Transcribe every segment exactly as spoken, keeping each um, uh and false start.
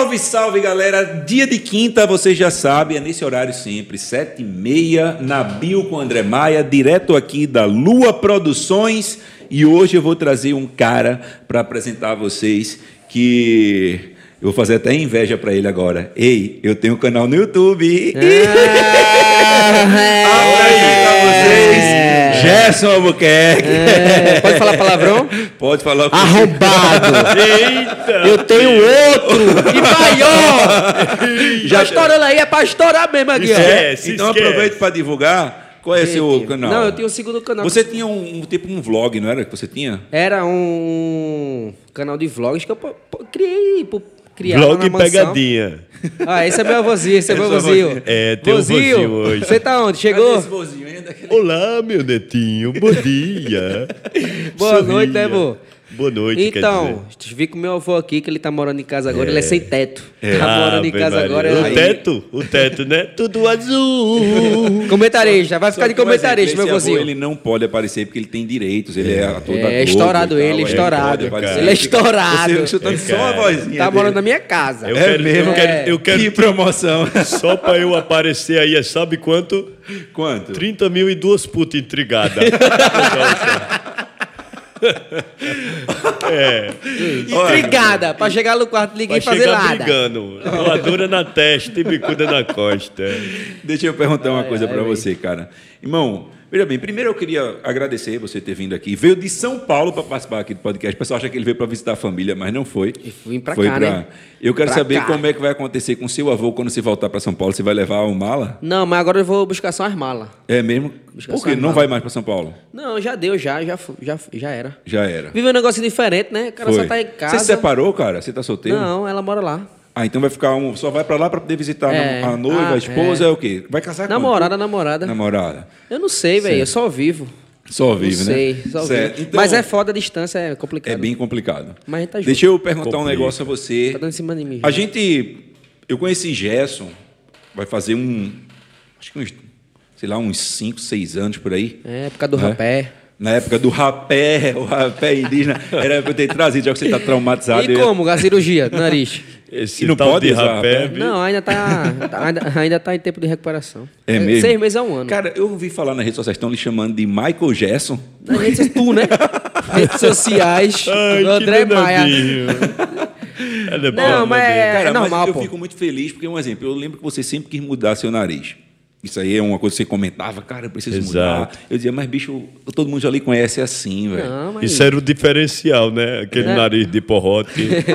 Salve, salve, galera! Dia de quinta, você já sabe, é nesse horário sempre, sete e meia, na Bio com André Maia, direto aqui da Lua Produções. E hoje eu vou trazer um cara para apresentar a vocês que... eu vou fazer até inveja para ele agora. Ei, eu tenho um canal no YouTube. Ah, aí pra vocês, Gerson Albuquerque. É, pode falar palavrão? Pode falar. Arrombado. Eita. Eu tenho outro e maior. Já estourando aí, é para estourar mesmo aqui. Esquece, então esquece. Aproveite para divulgar. Qual é o seu canal? Não, eu tenho o segundo canal. Você tinha um, um tipo um vlog, não era que você tinha? Era um canal de vlogs que eu p- p- criei por criar Vlog na mansão. Pegadinha. Ah, esse é meu avôzinho, esse é meu avôzinho. É, tem um vozinho hoje. Você tá onde? Chegou? Cadê esse vozinho ainda? Olá, meu netinho, bom dia. Boa Sorria. noite, né, vô? Boa noite, Então, vi com o meu avô aqui, que ele tá morando em casa agora, é. ele é sem teto. É. Tá Ah, morando em casa Maria. agora. O aí... teto, o teto, né? Tudo azul. Comentarista, vai ficar Só de que, por comentarista, exemplo, meu esse avô, vozinho. ele não pode aparecer porque ele tem direitos, ele é ator da Globo. É estourado e tal, ele, aí estourado. pode aparecer. Ele é estourado. Você chutando É, só a cara. vozinha Tá dele. morando na minha casa. Eu É quero, mesmo? eu quero, eu quero Que promoção. só pra eu aparecer aí, é sabe quanto? Quanto? trinta mil e duas putas intrigadas. É. Intrigada, pra chegar no quarto, ligar Vai e fazer chegar nada. brigando. Voadora na testa e bicuda na costa. Deixa eu perguntar uma Ai, coisa ai, para ai. você, cara. Irmão, veja bem, primeiro eu queria agradecer você ter vindo aqui. Veio de São Paulo para participar aqui do podcast. O pessoal acha que ele veio para visitar a família, mas não foi. E vim pra foi cá, pra... né? Eu quero Pra saber cá. como é que vai acontecer com seu avô quando você voltar para São Paulo. Você vai levar o mala? Não, mas agora eu vou buscar só as malas. É mesmo? Buscar Por só quê? as Não malas. vai mais para São Paulo? Não, já deu, já, já, fu- já, já era. Já era. Vive um negócio diferente, né? O cara Foi. só tá em casa. Você se separou, cara? Você tá solteiro? Não, ela mora lá. Ah, então vai ficar um. Só vai para lá para poder visitar É. a noiva, Ah, a esposa, é. é o quê? Vai casar com Namorada, namorada. Namorada. Eu não sei, velho, eu só vivo. Só vive, não sei, né? só Certo. vivo. Então, Mas é foda a distância, é complicado. É bem complicado. Mas a gente tá junto. Deixa eu perguntar um Complica. negócio a você. Tá dando em cima de mim. A já. gente. Eu conheci Gerson, vai fazer um. Acho que uns. Sei lá, uns cinco, seis anos por aí. É, por causa do É. rapé. Na época do rapé, o rapé indígena. Era pra eu ter trazido, já que você está traumatizado. E eu ia- como? A cirurgia do nariz? Esse E não tal pode de usar rapé, rapé? viu? Não, ainda tá, tá- ainda, ainda tá em tempo de recuperação. É mesmo? Seis meses a um ano. Cara, eu ouvi falar nas redes sociais, estão lhe chamando de Michael Gerson. Nas redes sociais, tu, né? Redes sociais, Ai, do André que Maia. danadinho. Ela é Não, boa, mas né? é, Cara, é normal, mas eu pô. fico muito feliz, porque, um exemplo, eu lembro que você sempre quis mudar seu nariz. Isso aí é uma coisa que você comentava, cara, eu preciso Exato. mudar. Eu dizia, mas bicho, todo mundo já lhe conhece assim, velho. Não, mas... Isso era o diferencial, né? Aquele É. nariz de porrote.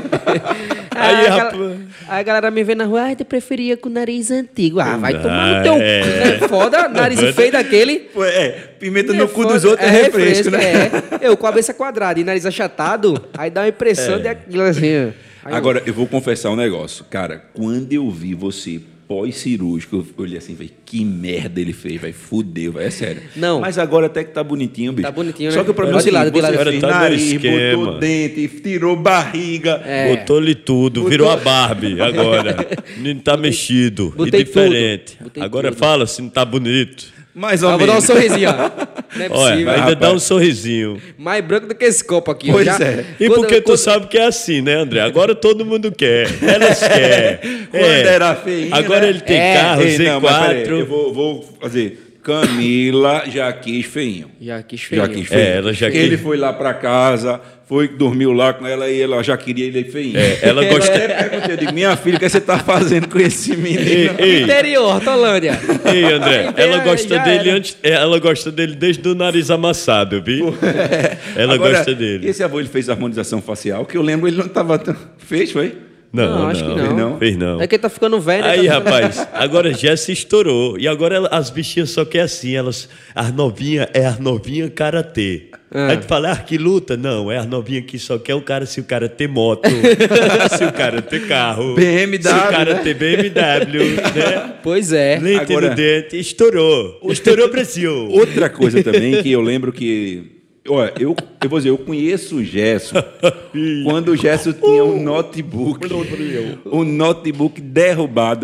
Aí, Aí, a, rapaz. gal- aí a galera me vê na rua, ai, tu preferia com o nariz antigo. Ah, vai Ah, tomar no teu é. cu, né? Foda, nariz feio daquele. Pô, é, pimenta no É cu foda, dos outros é, refresco, né? É. Eu com a cabeça quadrada e nariz achatado, aí dá uma impressão de aquilo assim. Aí eu- Agora, eu vou confessar um negócio. Cara, quando eu vi você pós-cirúrgico, eu olhei assim, velho, que merda ele fez, vai fudeu, vai, é sério. Não. Mas agora até que tá bonitinho, bicho. Tá bonitinho, Só né? que o problema é o Olha de lado, seguinte, de lado. você Agora fez tá no nariz, esquema. botou dente, tirou barriga. É. Botou-lhe tudo, virou a Barbie agora. O menino tá mexido botei e diferente. tudo, botei Agora tudo. fala se não tá bonito. Mais ou Ah, vou dar um menos. sorrisinho, ó. Não é Olha, possível. ainda rapaz. dá um sorrisinho. Mais branco do que esse copo aqui. ó. Pois Já- é. E quando- porque tu quando- sabe que é assim, né, André? Agora todo mundo quer. Elas querem. Quando É. era feinho, Agora né? ele tem É. carro, Ei, não, mas peraí, eu Z quatro. vou, vou fazer. Camila já quis feinho. Já quis feio. Já quis feinho. É, ela já Ele quis. foi lá pra casa, foi, dormiu lá com ela e ela já queria ele feinho. É, ela gosta- Eu até perguntei, eu digo, minha filha, o que você tá fazendo com esse menino? Ei, ei, Interior, Hortolândia. ei, André, Aí ela vem, gosta já dele era. antes. é, Ela gosta dele desde o nariz amassado, viu? Ela Agora, gosta dele. Esse avô ele fez harmonização facial, que eu lembro ele não tava tão... Fez, foi? Não, Não, não, acho que não. não. Fez não? Fez não. É que ele tá ficando velho, né? Aí, Tá ficando- rapaz, agora já se estourou. E agora ela- as bichinhas só querem assim, elas. As novinhas é as novinhas karatê. Ah. Aí tu fala, ah, que luta? Não, é as novinhas que só quer o cara se o cara ter moto, se o cara ter carro, B M W, se o cara né? ter B M W, né? Pois é. Lente Agora- no dente, estourou. Estourou o Brasil. Outra coisa também que eu lembro que... Olha, eu, eu vou dizer, eu conheço o Gerson quando o Gerson tinha um notebook, um notebook derrubado,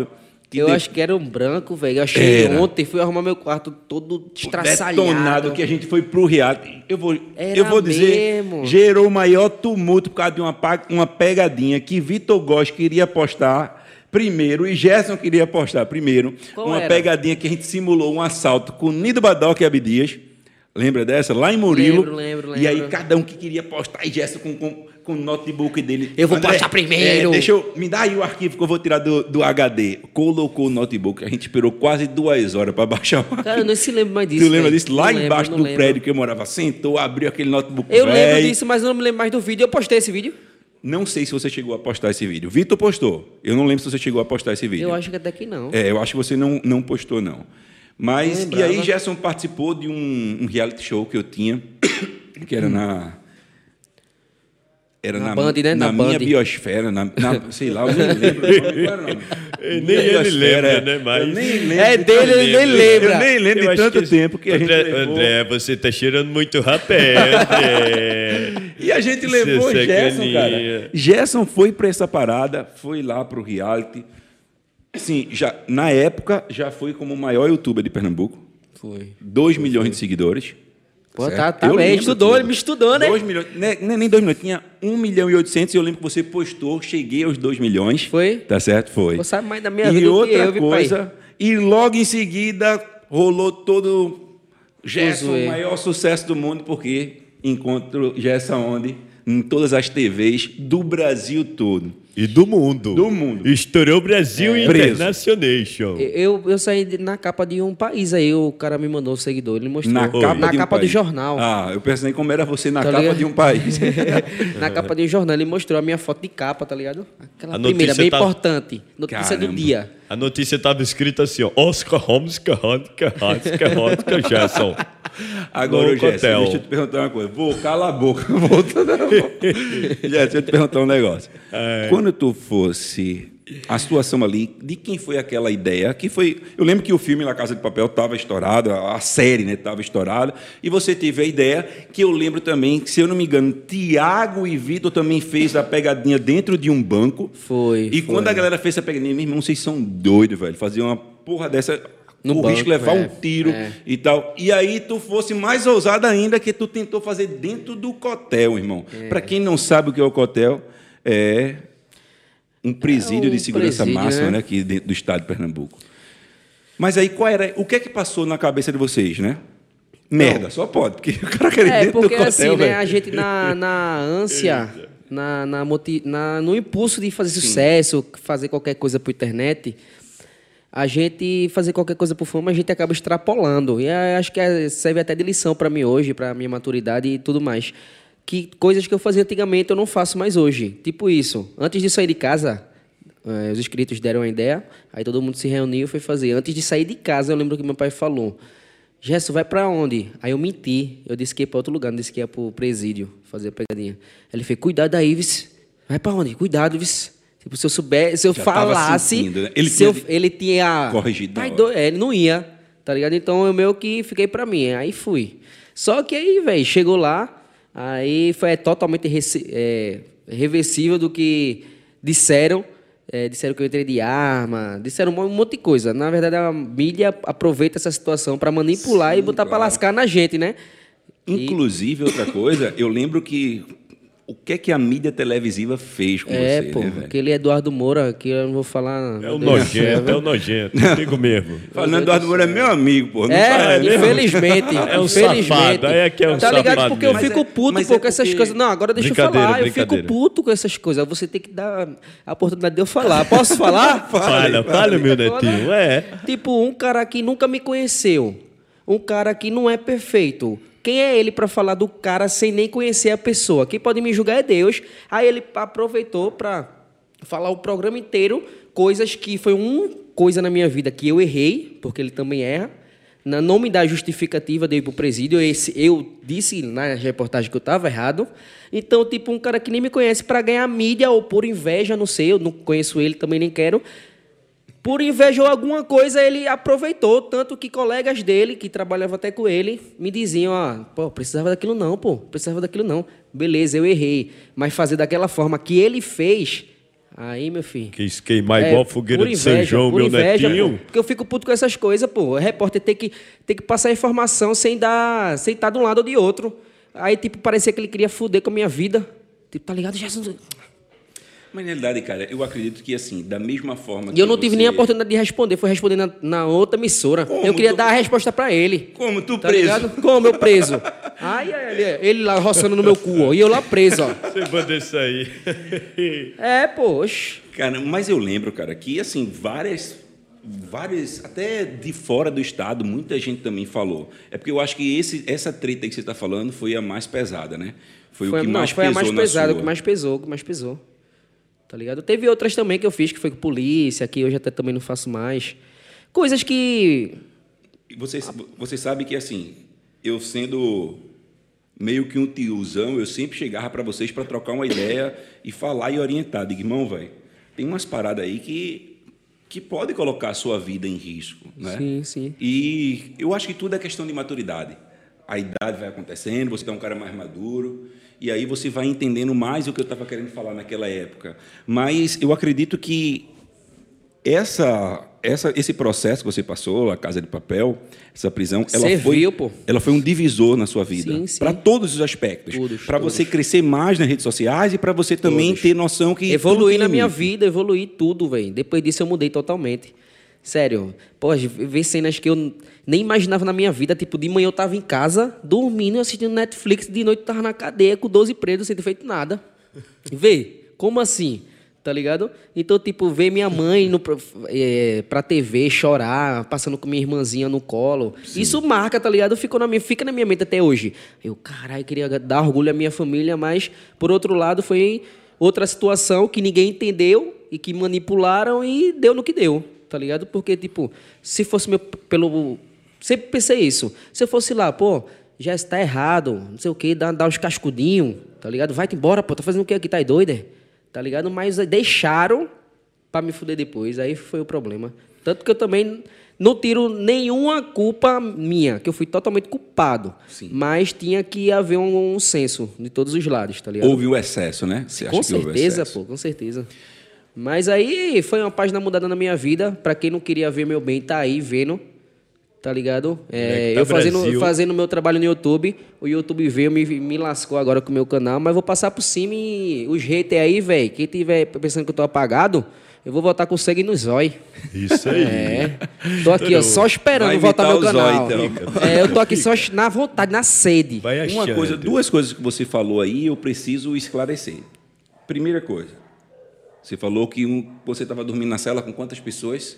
Que eu de- acho que era um branco, velho. Eu achei Era. ontem, fui arrumar meu quarto todo estraçalhado. detonado que a gente foi pro reality. Eu vou, Era eu vou dizer, mesmo. gerou o maior tumulto por causa de uma, pa- uma pegadinha que Vitor Góes queria postar primeiro e Gerson queria postar primeiro. Qual uma era? pegadinha que a gente simulou um assalto com Nido Badoca e Abdias. Lembra dessa? Lá em Murilo. Lembro, lembro, E aí lembro. cada um que queria postar e Gerson com, com, com o notebook dele. Eu vou postar primeiro. é, deixa eu, me dá aí o arquivo que eu vou tirar do, do H D. Colocou o notebook. A gente esperou quase duas horas para baixar o arquivo. Cara, eu não se lembro mais disso. Tu lembra velho. disso? Lá Não lembro, embaixo não do lembro. prédio que eu morava, sentou, abriu aquele notebook Eu lembro véi. disso, mas não me lembro mais do vídeo. Eu postei esse vídeo. Não sei se você chegou a postar esse vídeo. Vitor postou. Eu não lembro se você chegou a postar esse vídeo. Eu acho que até que não. É, eu acho que você não, não postou, não. Mas, Não e aí lembrava. Gerson participou de um, um reality show que eu tinha, que era na... Era Na na, Band, né? na Na minha Band. biosfera, na, na- sei lá, eu nem lembro o nome, qual era o nome? Nem Minha ele biosfera, lembra, né, mas- Eu nem lembro. É de dele, tanto- ele nem lembra. Eu nem lembro Eu de acho tanto que- tempo que a gente André, levou. André, você tá cheirando muito rapé, André. E a gente Seu levou o Gerson, sacaninha. cara. Gerson foi para essa parada, foi lá pro reality. Sim, já, na época, já foi como o maior youtuber de Pernambuco. Foi. dois milhões de seguidores. Pô, certo? tá, tá Eu bem. lembro Estudou, tudo. ele me estudou, né? dois milhões, né, nem nem dois milhões, tinha um milhão e oitocentos e eu lembro que você postou, cheguei aos dois milhões. Foi? Tá certo? Foi. Você sabe mais da minha E vida do que outra eu, viu, pai? coisa, e logo em seguida rolou todo Gerson, Fuzuê. o maior sucesso do mundo, porque encontro Gerson onde? Em todas as T Vs do Brasil todo. E do mundo. Do mundo. Estourou o Brasil É. Internationation. Eu, eu saí de- na capa de um país aí, o cara me mandou o seguidor, ele mostrou. Na capa, na de um capa do país. jornal. Ah, eu pensei como era você na Tá capa ligado? de um país. Na capa de um jornal, ele mostrou a minha foto de capa, tá ligado? Aquela A primeira, notícia bem tá- importante. Notícia Caramba. do dia. A notícia estava escrita assim, ó. Oscar Holmes, Carranca, Carranca, Gerson. Agora, No ô, Gerson, hotel. deixa eu te perguntar uma coisa. Vou, cala a boca. Voltando. Gerson, deixa eu te perguntar um negócio. Quando tu fosse... A situação ali, de quem foi aquela ideia? Que foi, eu lembro que o filme La Casa de Papel estava estourado, a a série estava estourada, e você teve a ideia, que eu lembro também, que, se eu não me engano, Tiago e Vitor também fez a pegadinha dentro de um banco. Foi, E foi. quando a galera fez essa pegadinha, meu irmão, vocês são doidos, velho. Fazer uma porra dessa... No o risco de banco, levar é, um tiro é. e tal. E aí tu fosse mais ousado ainda, que tu tentou fazer dentro do cotel, irmão. É. Para quem não sabe o que é o cotel, é um presídio É um de segurança presídio, máxima, né? né, aqui dentro do estado de Pernambuco. Mas aí qual era, o que é que passou na cabeça de vocês, né? Merda, só pode, porque o cara quer ir É, dentro porque do cotel, assim, né, velho. a gente na, na ânsia, na, na, moti- na- no impulso de fazer sucesso, fazer qualquer coisa por internet, a gente fazer qualquer coisa por fama, a gente acaba extrapolando. E aí, acho que é- serve até de lição para mim hoje, para minha maturidade e tudo mais. Que coisas que eu fazia antigamente eu não faço mais hoje. Tipo isso, antes de sair de casa, eh, os inscritos deram uma ideia, aí todo mundo se reuniu e foi fazer. Antes de sair de casa, eu lembro que meu pai falou: Gerson, vai pra onde? Aí eu menti. Eu disse que ia pra outro lugar, não disse que ia pro presídio fazer a pegadinha. Ele fez: cuidado aí, Ives. Vai pra onde? Cuidado, Ives. Tipo, se eu soubesse, se eu Já tava falasse, sentindo, né? Ele se eu- tinha ele tinha corrigido na Tá hora. doido, é, ele não ia, tá ligado? Então eu meio que fiquei pra mim. Aí fui. Só que aí, velho, chegou lá, aí foi totalmente rece- é, reversível do que disseram. É, disseram que eu entrei de arma, disseram um monte de coisa. Na verdade, a mídia aproveita essa situação para manipular e botar para lascar na gente, né? Inclusive, outra coisa, eu lembro que o que é que a mídia televisiva fez com É, você, pô, né, velho? aquele Eduardo Moura, que eu não vou falar. É o meu Deus do nojento, céu. é o nojento. Comigo mesmo. Falando, Eduardo Moura é meu amigo, pô. Não É, fala, né? infelizmente. É um infelizmente. safado, aí é que é um Tá ligado? safado Porque eu mesmo. fico Mas é- puto mas pô, é com essas porque- coisas. Não, agora deixa eu Brincadeira, falar. Eu fico brincadeira. puto com essas coisas. Você tem que dar a oportunidade de eu falar. Posso falar? Fala, fala, meu netinho. É. Tipo, um cara que nunca me conheceu. Um cara que não é perfeito. Quem é ele para falar do cara sem nem conhecer a pessoa? Quem pode me julgar é Deus. Aí ele aproveitou para falar o programa inteiro coisas que foi uma coisa na minha vida que eu errei, porque ele também erra. Na- Não me dá justificativa de ir pro presídio. Esse, eu disse na reportagem que eu estava errado. Então, tipo, um cara que nem me conhece para ganhar mídia ou por inveja, não sei, eu não conheço ele, também nem quero. Por inveja ou alguma coisa, ele aproveitou, tanto que colegas dele, que trabalhavam até com ele, me diziam, ó, pô, precisava daquilo não, pô, precisava daquilo não. Beleza, eu errei, mas fazer daquela forma que ele fez, Aí, meu filho... Quis queimar igual fogueira de São João, meu inveja, netinho. pô, porque eu fico puto com essas coisas, pô. O repórter tem que, tem que passar informação sem dar, sem estar de um lado ou de outro. Aí, tipo, parecia que ele queria foder com a minha vida. Tipo, tá ligado? Jesus... Mas, na realidade, cara, eu acredito que, assim, da mesma forma E que eu não você... tive nem a oportunidade de responder, foi responder na, na outra emissora. Como eu queria tu... dar a resposta pra ele. Como tu tá preso? Ligado? Como eu preso. Aí ele, ele lá roçando no meu cu, ó, e eu lá preso, ó. Você manda isso aí. É, poxa. Cara, mas eu lembro, cara, que, assim, várias... várias, até de fora do estado, muita gente também falou. É porque eu acho que esse, essa treta aí que você está falando foi a mais pesada, né? Foi, Foi, o que não, mais foi pesou a mais na pesada, sua. o que mais pesou, o que mais pesou. Tá ligado? Teve outras também que eu fiz, que foi com polícia, que hoje até também não faço mais. Coisas que... Você, você sabe que, assim, eu sendo meio que um tiozão, eu sempre chegava para vocês para trocar uma ideia e falar e orientar. Digo, irmão, velho, tem umas paradas aí que, que pode colocar a sua vida em risco, né? Sim, sim. E eu acho que tudo é questão de maturidade. A idade vai acontecendo, você é um cara mais maduro, e aí você vai entendendo mais o que eu estava querendo falar naquela época. Mas eu acredito que essa, essa, esse processo que você passou, a Casa de Papel, essa prisão, ela Serviu, foi, pô. ela foi um divisor na sua vida, Sim, sim. para todos os aspectos, Todos, para todos. você crescer mais nas redes sociais e para você também Todos. ter noção que tudo Evoluí tem na minha limite. vida, evoluí tudo, velho. Depois disso eu mudei totalmente. Sério. Pô, ver cenas que eu nem imaginava na minha vida. Tipo, de manhã eu tava em casa, dormindo, assistindo Netflix, de noite eu tava na cadeia com doze presos sem ter feito nada. Vê, como assim? Tá ligado? Então, tipo, ver minha mãe no, é, pra T V chorar, passando com minha irmãzinha no colo. Sim. Isso marca, tá ligado? Ficou na minha, fica na minha mente até hoje. Eu, caralho, queria dar orgulho à minha família, mas, por outro lado, foi outra situação que ninguém entendeu e que manipularam e deu no que deu, tá ligado? Porque, tipo, se fosse meu, pelo... Sempre pensei isso. Se eu fosse lá, pô, já está errado, não sei o quê, dá, dá uns cascudinhos, tá ligado? Vai-te embora, pô, tá fazendo o quê aqui? Tá doido, é? Tá ligado? Mas deixaram pra me fuder depois. Aí foi o problema. Tanto que eu também não tiro nenhuma culpa minha, que eu fui totalmente culpado. Sim. Mas tinha que haver um, um senso de todos os lados, tá ligado? Houve o excesso, né? Você acha Com que houve o certeza, excesso? pô, com certeza. Mas aí foi uma página mudada na minha vida. Pra quem não queria ver meu bem, tá aí vendo. Tá ligado? É, tá eu fazendo, Brasil. fazendo meu trabalho no YouTube, o YouTube veio, me, me lascou agora com o meu canal, mas vou passar por cima e os haters aí, velho, quem tiver pensando que eu tô apagado, eu vou voltar com sangue no zóio. Isso aí. É. Tô aqui, ó, só esperando Vai voltar meu imitar o canal. zóio, então. É, eu tô aqui só na vontade, na sede. Vai Uma achando. coisa, duas coisas que você falou aí, eu preciso esclarecer. Primeira coisa, você falou que um, você estava dormindo na cela com quantas pessoas?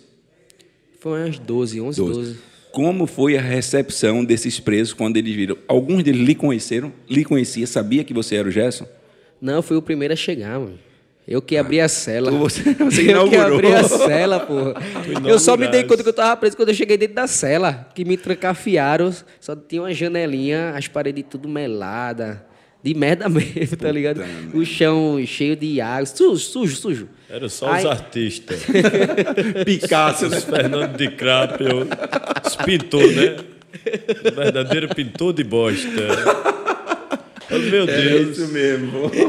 Foi umas doze, onze, doze. Como foi a recepção desses presos quando eles viram? Alguns deles lhe conheceram, lhe conhecia, sabia que você era o Gerson? Não, eu fui o primeiro a chegar, mano. Eu que abri a cela. Você, você Eu que inaugurou. abri a cela, porra. inauguraste. Eu só me dei conta que eu tava preso quando eu cheguei dentro da cela. Que me trancafiaram. Só tinha uma janelinha, as paredes tudo melada. De merda mesmo, tá ligado? merda. O chão cheio de água. Sujo, sujo, sujo. Era só Aí- os artistas. Picasso, né? Os Fernando DiCaprio, os pintores, né? O verdadeiro pintor de bosta. Oh, meu É Deus. isso mesmo.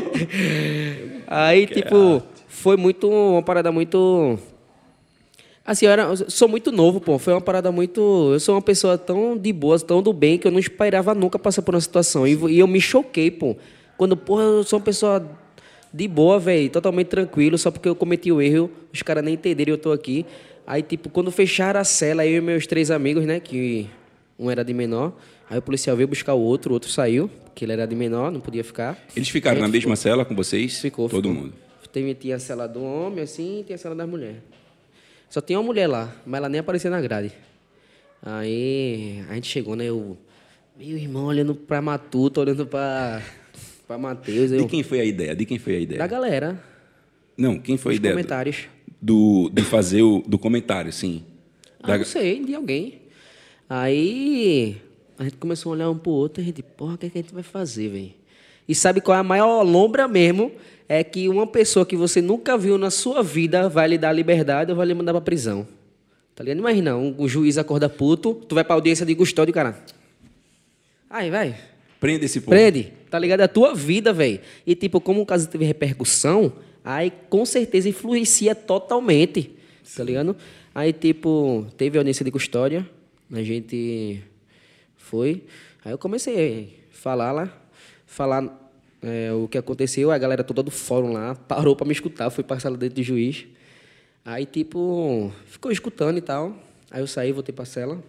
Aí, tipo, foi muito. Uma parada muito. Assim, eu, era, eu sou muito novo, pô. Foi uma parada muito. Eu sou uma pessoa tão de boa, tão do bem, que eu não esperava nunca passar por uma situação. E, e eu me choquei, pô. Quando, porra, eu sou uma pessoa de boa, velho, totalmente tranquilo, só porque eu cometi o erro, os caras nem entenderam e eu tô aqui. Aí, tipo, quando fecharam a cela, eu e meus três amigos, né, que um era de menor, aí o policial veio buscar o outro, o outro saiu, porque ele era de menor, não podia ficar. Eles ficaram A na gente mesma cela com vocês? Ficou, Todo ficou. mundo. Tem, tinha a cela do homem, assim, e tem a cela das mulheres. Só tinha uma mulher lá, mas ela nem aparecia na grade. Aí a gente chegou, né? Eu, meu irmão olhando pra Matuto, olhando pra, pra Matheus. De Eu, quem foi a ideia? De quem foi a ideia? da galera, Não, quem foi a nos ideia? comentários. Do, de fazer o do comentário, sim. Ah, Da- não sei, de alguém. Aí a gente começou a olhar um pro outro e a gente, porra, o que, é que a gente vai fazer, velho? E sabe qual é a maior lombra mesmo? É que uma pessoa que você nunca viu na sua vida vai lhe dar liberdade ou vai lhe mandar pra prisão. Tá ligado? Imagina, um, um juiz acorda puto, tu vai pra audiência de custódia, cara. Aí, vai. Prende esse povo. Prende. Tá ligado? É a tua vida, velho. E, tipo, como o caso teve repercussão, Aí, com certeza, influencia totalmente, tá ligado? Aí, tipo, teve audiência de custódia, a gente foi. Aí eu comecei a falar lá, falar é, o que aconteceu, a galera toda do fórum lá parou pra me escutar, foi pra sala dentro do juiz. Aí, tipo, ficou escutando e tal. Aí eu saí, voltei pra cela.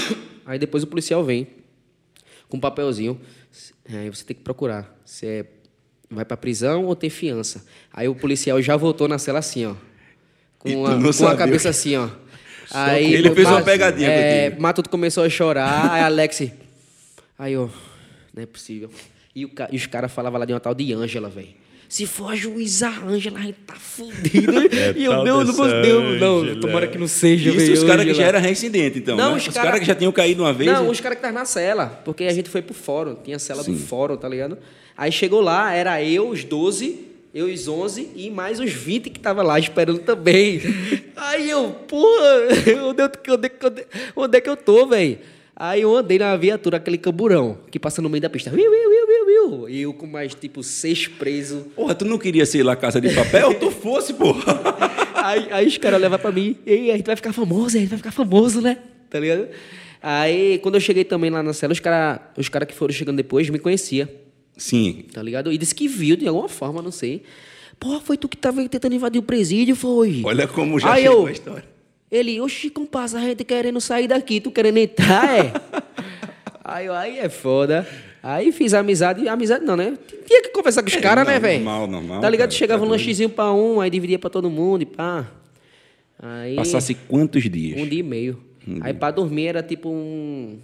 Aí depois o policial vem com um papelzinho. Aí você tem que procurar se é, vai pra prisão ou tem fiança. Aí o policial já voltou na cela assim, ó. Com, a, com a cabeça assim, ó. Aí, ele fez uma Mat- pegadinha é, contigo. Matuto começou a chorar. Aí Alex... Aí, ó, não é possível. E, o, ca- e os caras falavam lá de uma tal de Ângela, velho. Se for a juíza Ângela, a gente tá fudido. É e eu, tal não, não dessa vou... Não, não, Ângela. tomara que não seja, Isso velho, os caras que Ângela. já eram reincidentes, então, Não, né? os Os cara- caras que já tinham caído uma vez. Não, né? os caras que estavam na cela, porque a gente foi pro fórum, tinha a cela Sim. do fórum, tá ligado? Aí chegou lá, era eu, os doze, eu, os onze e mais os vinte que estavam lá esperando também. Aí eu, porra, onde, eu, onde, onde, onde é que eu tô, velho? Aí eu andei na viatura, aquele camburão, que passa no meio da pista. Viu, viu, viu, viu, viu. E eu com mais, tipo, seis presos. Porra, tu não queria ser lá Casa de Papel? Tu fosse, porra. Aí, aí os caras levam pra mim, ei, a gente vai ficar famoso, a gente vai ficar famoso, né? Tá ligado? Aí, quando eu cheguei também lá na cela, os caras os cara que foram chegando depois me conheciam, Sim. tá ligado? E disse que viu de alguma forma, não sei. Pô, foi tu que tava tentando invadir o presídio, foi? Olha como já Aí chegou eu- a história. Ele, oxi, comparsa, a gente querendo sair daqui, tu querendo entrar, é? aí, eu, aí é foda. Aí fiz amizade, amizade não, né? Tinha que conversar com os É, caras, né, não, velho? normal, normal, Tá ligado? cara, Chegava tá um doido. lanchezinho pra um, aí dividia pra todo mundo e pá. Aí... Passasse quantos dias? Um dia e meio. Aí pra dormir era tipo um.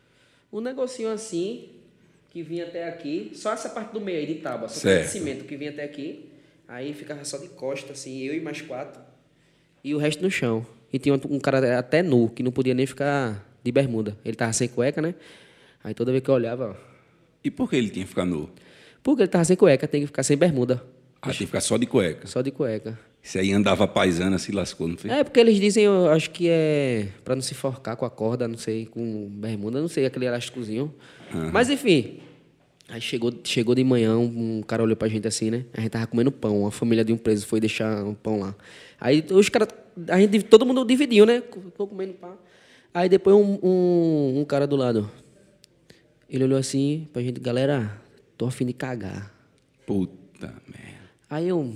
Um negocinho assim, que vinha até aqui. Só essa parte do meio aí de tábua, só Certo. de cimento que vinha até aqui. Aí ficava só de costa, assim, eu e mais quatro. E o resto no chão. E tinha um cara até nu, que não podia nem ficar de bermuda. Ele tava sem cueca, né? Aí toda vez que eu olhava, ó. E por que ele tinha que ficar nu? Porque ele tava sem cueca, tem que ficar sem bermuda. Ah, tinha que ficar só de cueca. Só de cueca. Isso aí andava paisana, se lascou, não foi? É, porque eles dizem, eu acho que é pra não se forcar com a corda, não sei, com bermuda, não sei, aquele elásticozinho. Mas enfim, aí chegou, chegou de manhã, um, um cara olhou pra gente assim, né? A gente tava comendo pão, a família de um preso foi deixar um pão lá. Aí os caras, a gente, todo mundo dividiu, né? Ficou comendo pão. Aí depois um, um, um cara do lado, ele olhou assim pra gente, galera, tô a fim de cagar. Puta merda. Aí eu,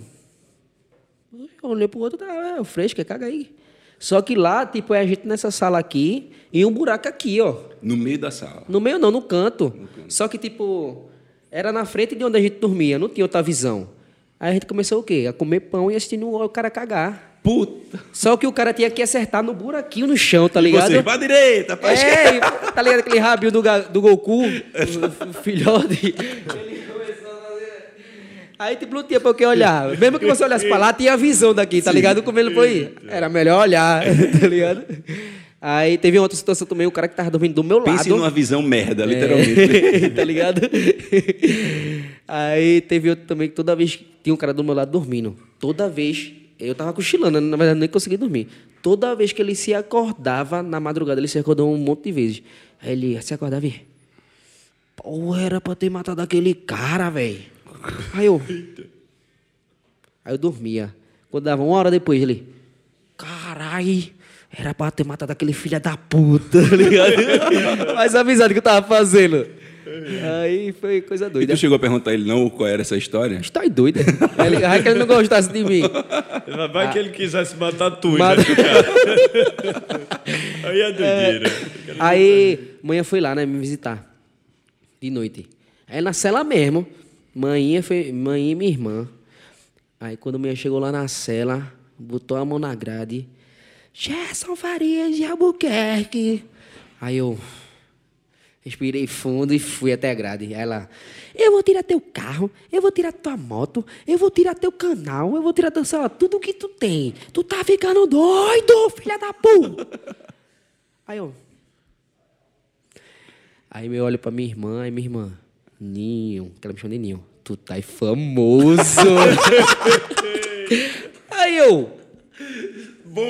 eu olhei pro outro, tá, é o fresco, caga aí. Só que lá, tipo, é a gente nessa sala aqui e um buraco aqui, ó. No meio da sala. No meio não, no canto. Só que, tipo, era na frente de onde a gente dormia, não tinha outra visão. Aí a gente começou o quê? A comer pão e assistindo o cara cagar. Puta. Só que o cara tinha que acertar no buraquinho no chão, tá ligado? Você, pra direita, pra esquerda. É, e, tá ligado aquele rabinho do, Ga- do Goku, o, o filhote? Ele começou a fazer... Aí, tipo, não tinha pra o que olhar. Mesmo que você olhasse pra lá, tinha a visão daqui, tá ligado? Como ele foi, era melhor olhar, tá ligado? Aí teve outra situação também, o cara que tava dormindo do meu Pense lado. numa visão merda, literalmente. É, tá ligado? Aí teve outro também que toda vez tinha um cara do meu lado dormindo. Toda vez, eu tava cochilando, na verdade nem consegui dormir. Toda vez que ele se acordava na madrugada, ele se acordou um monte de vezes. Aí ele se acordava e... Pô, era pra ter matado aquele cara, velho. Aí eu... Aí eu dormia. Quando dava uma hora depois, ele... Carai, era pra ter matado aquele filho da puta, tá ligado? Mas a amizade que eu tava fazendo. Aí foi coisa E doida. tu chegou a perguntar a ele não qual era essa história? Você tá doido? Ele, vai que ele não gostasse de mim. Vai que ele quisesse matar tu, Mata- né, cara? Aí é doideira. Aí, manhã foi lá, né, me visitar. De noite. Aí na cela mesmo, manhã foi, manhã e minha irmã. Aí quando manhã chegou lá na cela, botou a mão na grade. Gerson Farias de Albuquerque. Aí eu respirei fundo e fui até a grade. Ela, eu vou tirar teu carro, eu vou tirar tua moto, eu vou tirar teu canal, eu vou tirar teu celular, tudo que tu tem. Tu tá ficando doido, filha da puta. Aí eu... Aí eu olho pra minha irmã, aí minha irmã, Ninho, que ela me chama de Ninho, tu tá aí famoso. Aí eu...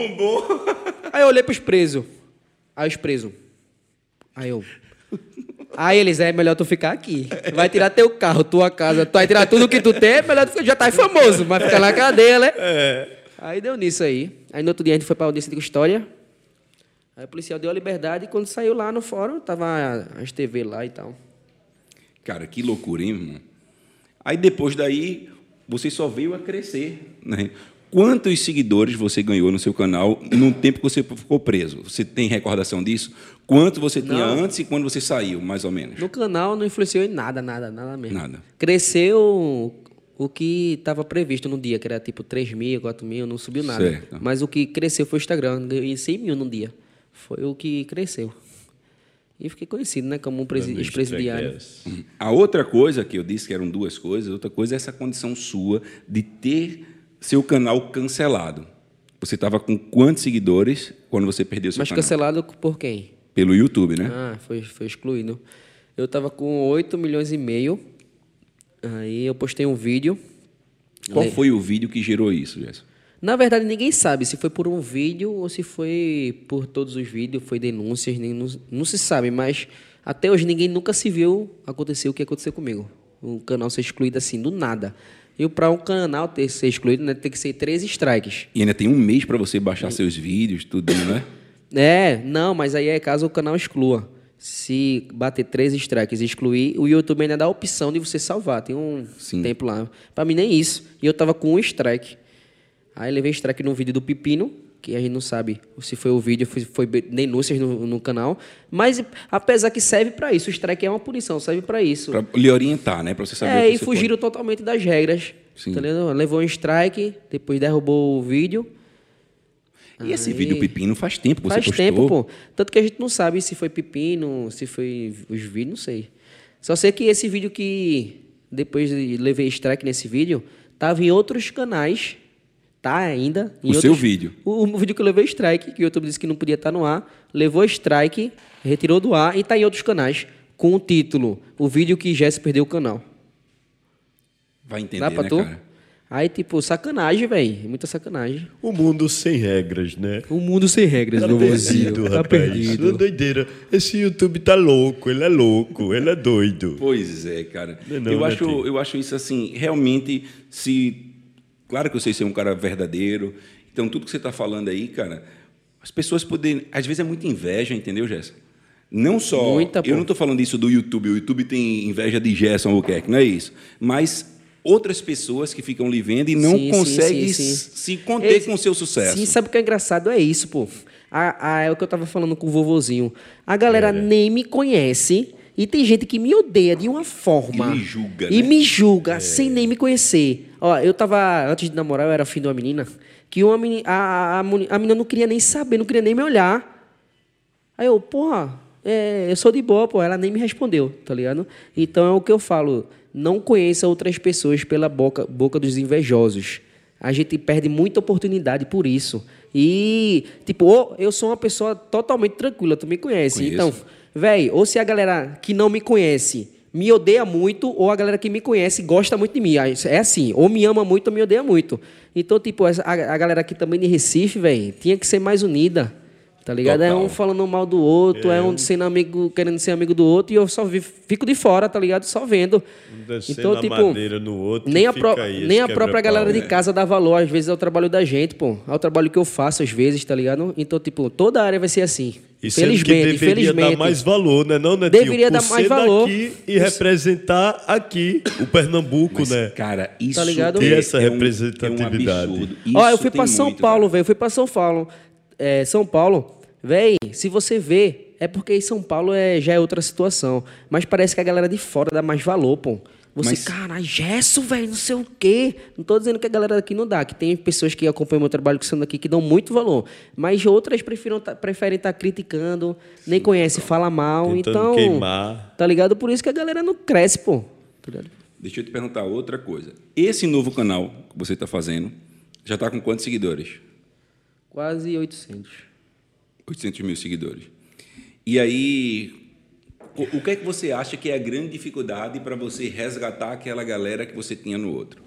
Bombou. Aí eu olhei pros presos. Aí os presos. Aí eu... Aí eles, é melhor tu ficar aqui. Vai tirar teu carro, tua casa, tu vai tirar tudo que tu tem, é melhor tu já tá famoso, vai ficar na cadeia, né? É. Aí deu nisso aí. Aí no outro dia a gente foi pra audiência de custódia. Aí o policial deu a liberdade e quando saiu lá no fórum, tava as T V lá e tal. Cara, que loucura, hein, irmão? Aí depois daí, você só veio a crescer, né? Quantos seguidores você ganhou no seu canal no tempo que você ficou preso? Você tem recordação disso? Quanto você tinha Não. antes e quando você saiu, mais ou menos? No canal não influenciou em nada, nada, nada mesmo. Nada. Cresceu o que estava previsto no dia, que era tipo três mil, quatro mil, não subiu nada. Certo. Mas o que cresceu foi o Instagram, ganhei cem mil num dia. Foi o que cresceu. E fiquei conhecido, né, como um presi- ex-presidiário. A outra coisa que eu disse que eram duas coisas, outra coisa é essa condição sua de ter seu canal cancelado. Você estava com quantos seguidores quando você perdeu seu Mas canal? cancelado por quem? Pelo YouTube, né? Ah, foi, foi excluído. Eu estava com oito milhões e meio. Aí eu postei um vídeo. Qual Le- foi o vídeo que gerou isso, Gerson? Na verdade, ninguém sabe se foi por um vídeo ou se foi por todos os vídeos, foi denúncias, nem, não, não se sabe, mas até hoje ninguém nunca se viu acontecer o que aconteceu comigo. Um canal ser excluído assim, do nada. E para um canal ter ser excluído, né, tem que ser três strikes. E ainda tem um mês para você baixar seus vídeos, tudo, né? É, não, mas aí é caso o canal exclua. Se bater três strikes e excluir, o YouTube ainda dá a opção de você salvar. Tem um Sim. tempo lá. Para mim, nem isso. E eu tava com um strike. Aí levei strike no vídeo do Pepino, que a gente não sabe se foi o vídeo, foi, foi denúncias no, no canal. Mas, apesar que serve para isso, o strike é uma punição, serve para isso. Para lhe orientar, né? Para você saber É, o que e você fugiram totalmente das regras. Sim. Tá ligado? Levou um strike, depois derrubou o vídeo. pode. E esse Aí- vídeo Pepino faz tempo que você Faz postou. tempo, pô. Tanto que a gente não sabe se foi Pepino, se foi os vídeos, não sei. Só sei que esse vídeo que depois de levei strike nesse vídeo, tava em outros canais, tá ainda. Em O seu vídeo. O, o vídeo que eu levei strike, que o YouTube disse que não podia estar no ar, levou strike, retirou do ar e tá em outros canais, com o título, o vídeo que Jesse perdeu o canal. Vai entender, Dá pra né, tu? cara? Aí, tipo, sacanagem, velho. Muita sacanagem. O mundo sem regras, né? O mundo sem regras, Tá meu perdido, vozinho. Tá rapaz. perdido. Uma doideira. Esse YouTube tá louco, ele é louco, ele é doido. Pois é, cara. Não é não, eu, né, acho, Tim? eu acho isso assim, realmente, se. Claro que eu sei ser um cara verdadeiro. Então, tudo que você está falando aí, cara, as pessoas podem. Às vezes é muita inveja, entendeu, Gerson? Não só. Muita, eu pô. não estou falando isso do YouTube. O YouTube tem inveja de Gerson Albuquerque, não é isso. Mas outras pessoas que ficam lhe vendo e não Sim, sim, conseguem sim, sim. se conter Eles- com o seu sucesso. Sim, sabe o que é engraçado? É isso, pô. A, a- é o que eu tava falando com o vovozinho. A galera nem me conhece e tem gente que me odeia de uma forma. E me julga, E né? me julga sem nem me conhecer. Ó, eu tava, antes de namorar, eu era filho de uma menina, que uma menina, a, a, a moni- a menina não queria nem saber, não queria nem me olhar. Aí eu, porra, é, eu sou de boa, pô. Ela nem me respondeu, tá ligado? Então é o que eu falo. Não conheça outras pessoas pela boca, boca dos invejosos. A gente perde muita oportunidade por isso. E, tipo, ou eu sou uma pessoa totalmente tranquila, tu me conhece. Conheço. Então, velho, ou se a galera que não me conhece me odeia muito, ou a galera que me conhece gosta muito de mim. Aí, é assim, ou me ama muito ou me odeia muito. Então, tipo, essa- a, a galera aqui também de Recife, velho, tinha que ser mais unida. Tá ligado? É Total. um falando mal do outro, é, um sendo amigo, querendo ser amigo do outro, e eu só vi- fico de fora, tá ligado? Só vendo. Descendo Então, a tipo, madeira no outro, nem a, fica pró- aí esse nem a própria quebra-pau, galera de né? casa dá valor, às vezes, ao trabalho da gente, pô. Ao trabalho que eu faço, às vezes, tá ligado? Então, tipo, toda a área vai ser assim. E sendo que Felizmente, deveria infelizmente. dar mais valor, né, não, Netinho? Deveria Por dar mais ser valor. daqui e representar aqui o Pernambuco, Mas, né? cara, isso Tá ligado? é, E essa é um- representatividade. É um absurdo. Ó, eu Isso fui tem pra São muito, Paulo, cara. velho. Eu fui pra São Paulo. É, São Paulo, velho, se você vê, é porque em São Paulo é, já é outra situação. Mas parece que a galera de fora dá mais valor, pô. Você, Mas- caralho, gesso, velho, não sei o quê. Não tô dizendo que a galera daqui não dá, que tem pessoas que acompanham meu trabalho que são daqui que dão muito valor. Mas outras prefiram tá- preferem estar criticando, nem conhece, fala mal. Tentando Então, queimar. tá ligado? Por isso que a galera não cresce, pô. Tá ligado? Deixa eu te perguntar outra coisa. Esse novo canal que você está fazendo já está com quantos seguidores? Quase oitocentos. oitocentos mil seguidores. E aí, o, o que é que você acha que é a grande dificuldade para você resgatar aquela galera que você tinha no outro?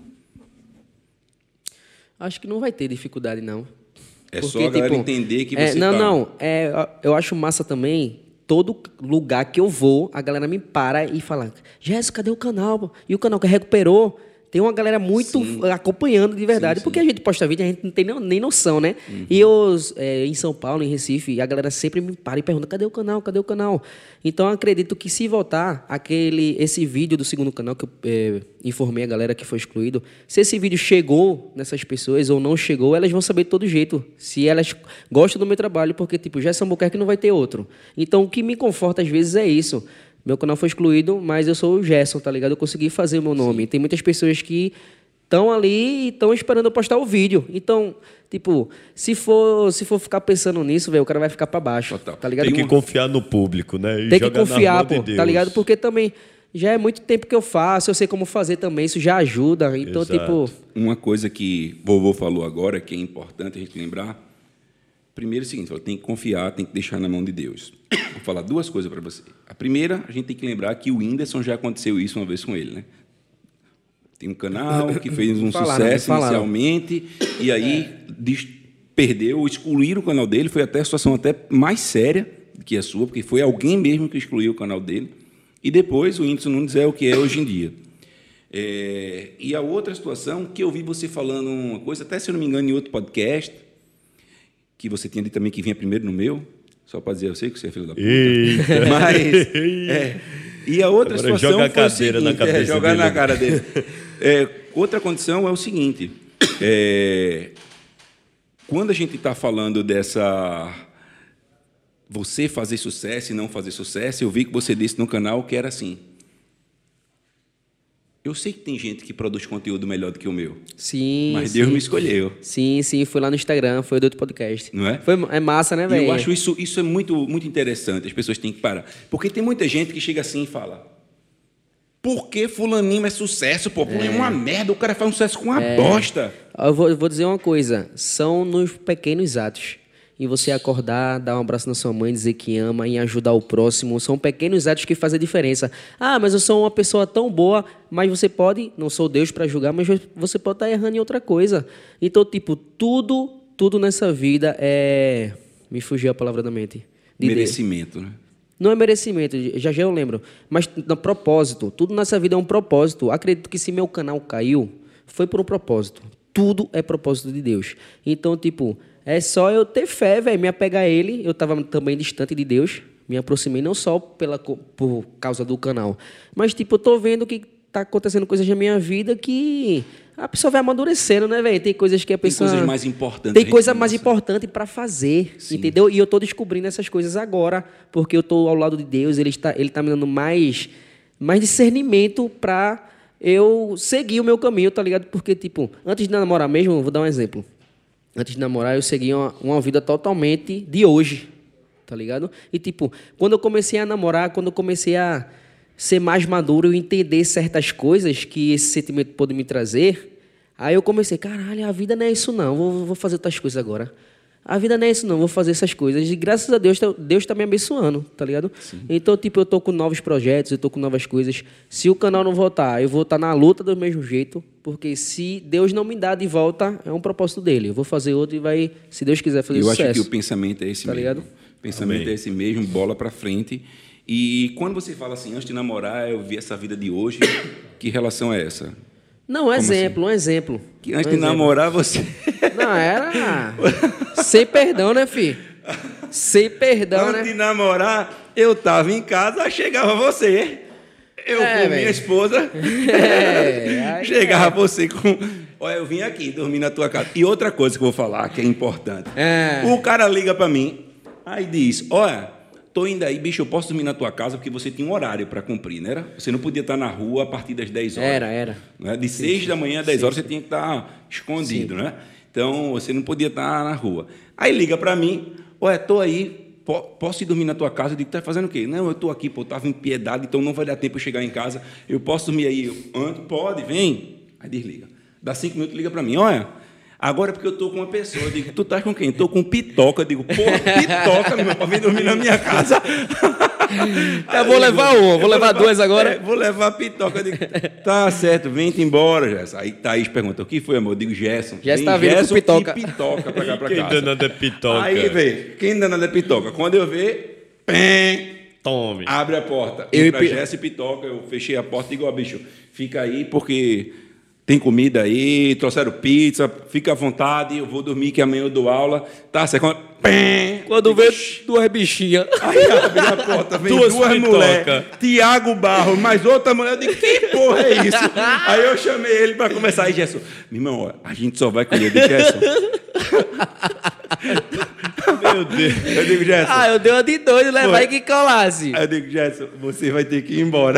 Acho que não vai ter dificuldade, não. É só a galera entender que é, você Não, tá- não. É, eu acho massa também todo lugar que eu vou, a galera me para e fala, Jéssica, cadê o canal? E o canal que recuperou? Tem uma galera muito Sim. acompanhando de verdade, Sim, porque sim. a gente posta vídeo, a gente não tem nem, nem noção, né? Uhum. E eu, é, em São Paulo, em Recife, a galera sempre me para e pergunta, cadê o canal, cadê o canal? Então, eu acredito que se voltar aquele, esse vídeo do segundo canal, que eu é, informei a galera que foi excluído, se esse vídeo chegou nessas pessoas ou não chegou, elas vão saber de todo jeito, se elas gostam do meu trabalho, porque, tipo, Gerson Albuquerque não vai ter outro. Então, o que me conforta, às vezes, é isso. Meu canal foi excluído, mas eu sou o Gerson, tá ligado? Eu consegui fazer o meu nome. Sim. Tem muitas pessoas que estão ali e estão esperando eu postar o vídeo. Então, tipo, se for, se for ficar pensando nisso, velho, o cara vai ficar para baixo, Total. Tá ligado? Tem que confiar no público, né? E Tem que confiar, pô, de tá ligado? Porque também já é muito tempo que eu faço, eu sei como fazer também, isso já ajuda. Então, Exato. tipo... Uma coisa que o vovô falou agora, que é importante a gente lembrar, primeiro é o seguinte, tem que confiar, tem que deixar na mão de Deus. Vou falar duas coisas para você. A primeira, a gente tem que lembrar que o Whindersson já aconteceu isso uma vez com ele, né? Tem um canal que fez um falaram, sucesso inicialmente, e aí é. perdeu, excluíram o canal dele, foi até a situação até mais séria que a sua, porque foi alguém mesmo que excluiu o canal dele, e depois o Whindersson Nunes é o que é hoje em dia. É, e a outra situação, que eu vi você falando uma coisa, até se eu não me engano, em outro podcast, que você tinha dito também que vinha primeiro no meu, só para dizer, eu sei que você é filho da puta. Eita. Mas, é, e a outra Agora situação joga a foi cadeira o seguinte, na cabeça é, jogar dele. na cara dele. É, outra condição é o seguinte, é, quando a gente está falando dessa... você fazer sucesso e não fazer sucesso, eu vi que você disse no canal que era assim. Eu sei que tem gente que produz conteúdo melhor do que o meu. Sim, Mas sim. Deus me escolheu. Sim, sim. Foi lá no Instagram, foi do outro podcast. Não é? Foi, é massa, né, velho? Eu acho isso, isso é muito, muito interessante. As pessoas têm que parar. Porque tem muita gente que chega assim e fala, por que fulaninho é sucesso? Pô, fulaninho é uma merda, o cara faz um sucesso com uma é. bosta. Eu vou, eu vou dizer uma coisa. São nos pequenos atos. Em você acordar, dar um abraço na sua mãe, dizer que ama, em ajudar o próximo. São pequenos atos que fazem a diferença. Ah, mas eu sou uma pessoa tão boa, mas você pode, não sou Deus para julgar, mas você pode estar errando em outra coisa. Então, tipo, tudo, tudo nessa vida é... Me fugiu a palavra da mente. De merecimento, Deus. Né? Não é merecimento, já já eu lembro. Mas no propósito. Tudo nessa vida é um propósito. Acredito que se meu canal caiu, foi por um propósito. Tudo é propósito de Deus. Então, tipo... É só eu ter fé, velho, me apegar a ele. Eu estava também distante de Deus. Me aproximei não só pela, por causa do canal. Mas, tipo, eu tô vendo que tá acontecendo coisas na minha vida que a pessoa vai amadurecendo, né, velho? Tem coisas que a pessoa... Tem coisas mais importantes. Tem coisa mais importante para fazer, Sim. entendeu? E eu tô descobrindo essas coisas agora, porque eu tô ao lado de Deus. Ele está, ele tá me dando mais, mais discernimento para eu seguir o meu caminho, tá ligado? Porque, tipo, antes de namorar mesmo, vou dar um exemplo. Antes de namorar, eu seguia uma, uma vida totalmente de hoje, tá ligado? E, tipo, quando eu comecei a namorar, quando eu comecei a ser mais maduro, eu entender certas coisas que esse sentimento pode me trazer, aí eu comecei, caralho, a vida não é isso não, vou, vou fazer outras coisas agora. A vida não é isso não, vou fazer essas coisas. E graças a Deus, Deus está me abençoando, tá ligado? Sim. Então, tipo, eu tô com novos projetos, eu tô com novas coisas. Se o canal não voltar, eu vou estar na luta do mesmo jeito, porque se Deus não me dá de volta, é um propósito dele. Eu vou fazer outro e vai, se Deus quiser, fazer eu sucesso. Eu acho que o pensamento é esse tá mesmo. Ligado? O pensamento Amém. É esse mesmo, bola para frente. E quando você fala assim, antes de namorar, eu vi essa vida de hoje, que relação é essa? Não, um exemplo, assim? um exemplo. Que antes um de exemplo. namorar, você... Não, era... Sem perdão, né, filho? Sem perdão, antes né? Antes de namorar, eu tava em casa, chegava você. Eu é, com véio. minha esposa. É, chegava é. você com... Olha, eu vim aqui dormir na tua casa. E outra coisa que eu vou falar, que é importante. É. O cara liga para mim, aí diz, olha... Tô indo aí, bicho, eu posso dormir na tua casa porque você tinha um horário para cumprir, não era? Você não podia estar na rua a partir das dez horas. Era, era. Né? De seis sim, da manhã a dez sim, horas você tinha que estar escondido, sim. né? Então, você não podia estar na rua. Aí liga para mim, olha, tô aí, po posso ir dormir na tua casa? Eu digo, tá fazendo o quê? Não, eu tô aqui, pô, eu tava em piedade, então não vai dar tempo eu chegar em casa. Eu posso dormir aí? Eu, pode, vem. Aí desliga. Dá cinco minutos, liga para mim, olha... Agora é porque eu tô com uma pessoa. Eu digo, tu estás com quem? Tô com Pitoca. Eu digo, porra, Pitoca, meu irmão, para vir dormir na minha casa. Eu vou levar uma, vou, vou levar, levar duas agora. É, vou levar Pitoca. Eu digo, tá certo, vem-te embora, Gerson. Aí Thaís pergunta, o que foi, amor? Eu digo, Gerson. Já está vindo com Pitoca. E Pitoca para cá, para quem casa. Quem danado é Pitoca? Aí, vê, quem danado é Pitoca? Quando eu ver, pém, Tome. Abre a porta. Eu Entra e- Jéssica e Pitoca. Eu fechei a porta e digo, ó, bicho, fica aí porque tem comida aí, trouxeram pizza, fica à vontade, eu vou dormir que amanhã eu dou aula. Tá, você quando... Quando vê duas bichinhas. Aí abre a porta, vem Duas duas, pitoca. mulheres, Tiago Barro, mais outra mulher. Eu digo, que porra é isso? Aí eu chamei ele para começar. Aí, Gerson, meu irmão, ó, a gente só vai colher de Gerson. Meu Deus. Eu digo, Gerson. Ah, eu dei uma de doido, levar Foi. e que colasse. Aí eu digo, Gerson, você vai ter que ir embora.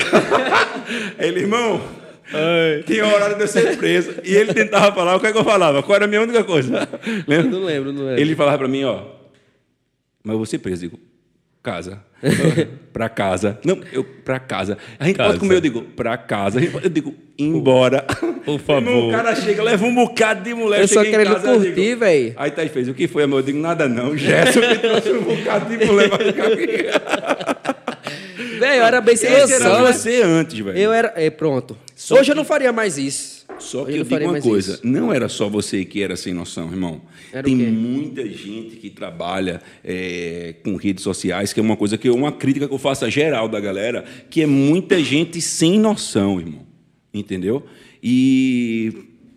Ele, irmão, Ai. tinha o horário de eu ser preso. E ele tentava falar, o que é que eu falava? Qual era a minha única coisa? Lembra? Não lembro, não lembro. Ele falava para mim, ó, mas eu vou ser preso. Eu digo, casa. Pra casa. Não, eu, pra casa. A gente Casa. pode comer, eu digo, pra casa. A gente pode- Eu digo, embora. Por favor. Irmão, o cara chega, leva um bocado de mulher. Eu só chega em querendo casa, eu curtir, digo- véi. Aí Thaís fez, o que foi, amor? Eu digo, nada não. Gerson me trouxe um bocado de mulher pra ficar aqui. Velho, eu era bem sem Esse era noção. né? você antes, velho. Eu era... É, pronto. Só Hoje que- eu não faria mais isso. Só Hoje que eu não digo faria uma mais coisa, isso. não era só você que era sem noção, irmão. Era o Tem quê? muita gente que trabalha é, com redes sociais, que é uma coisa que é uma crítica que eu faço a geral da galera, que é muita gente sem noção, irmão. Entendeu? E,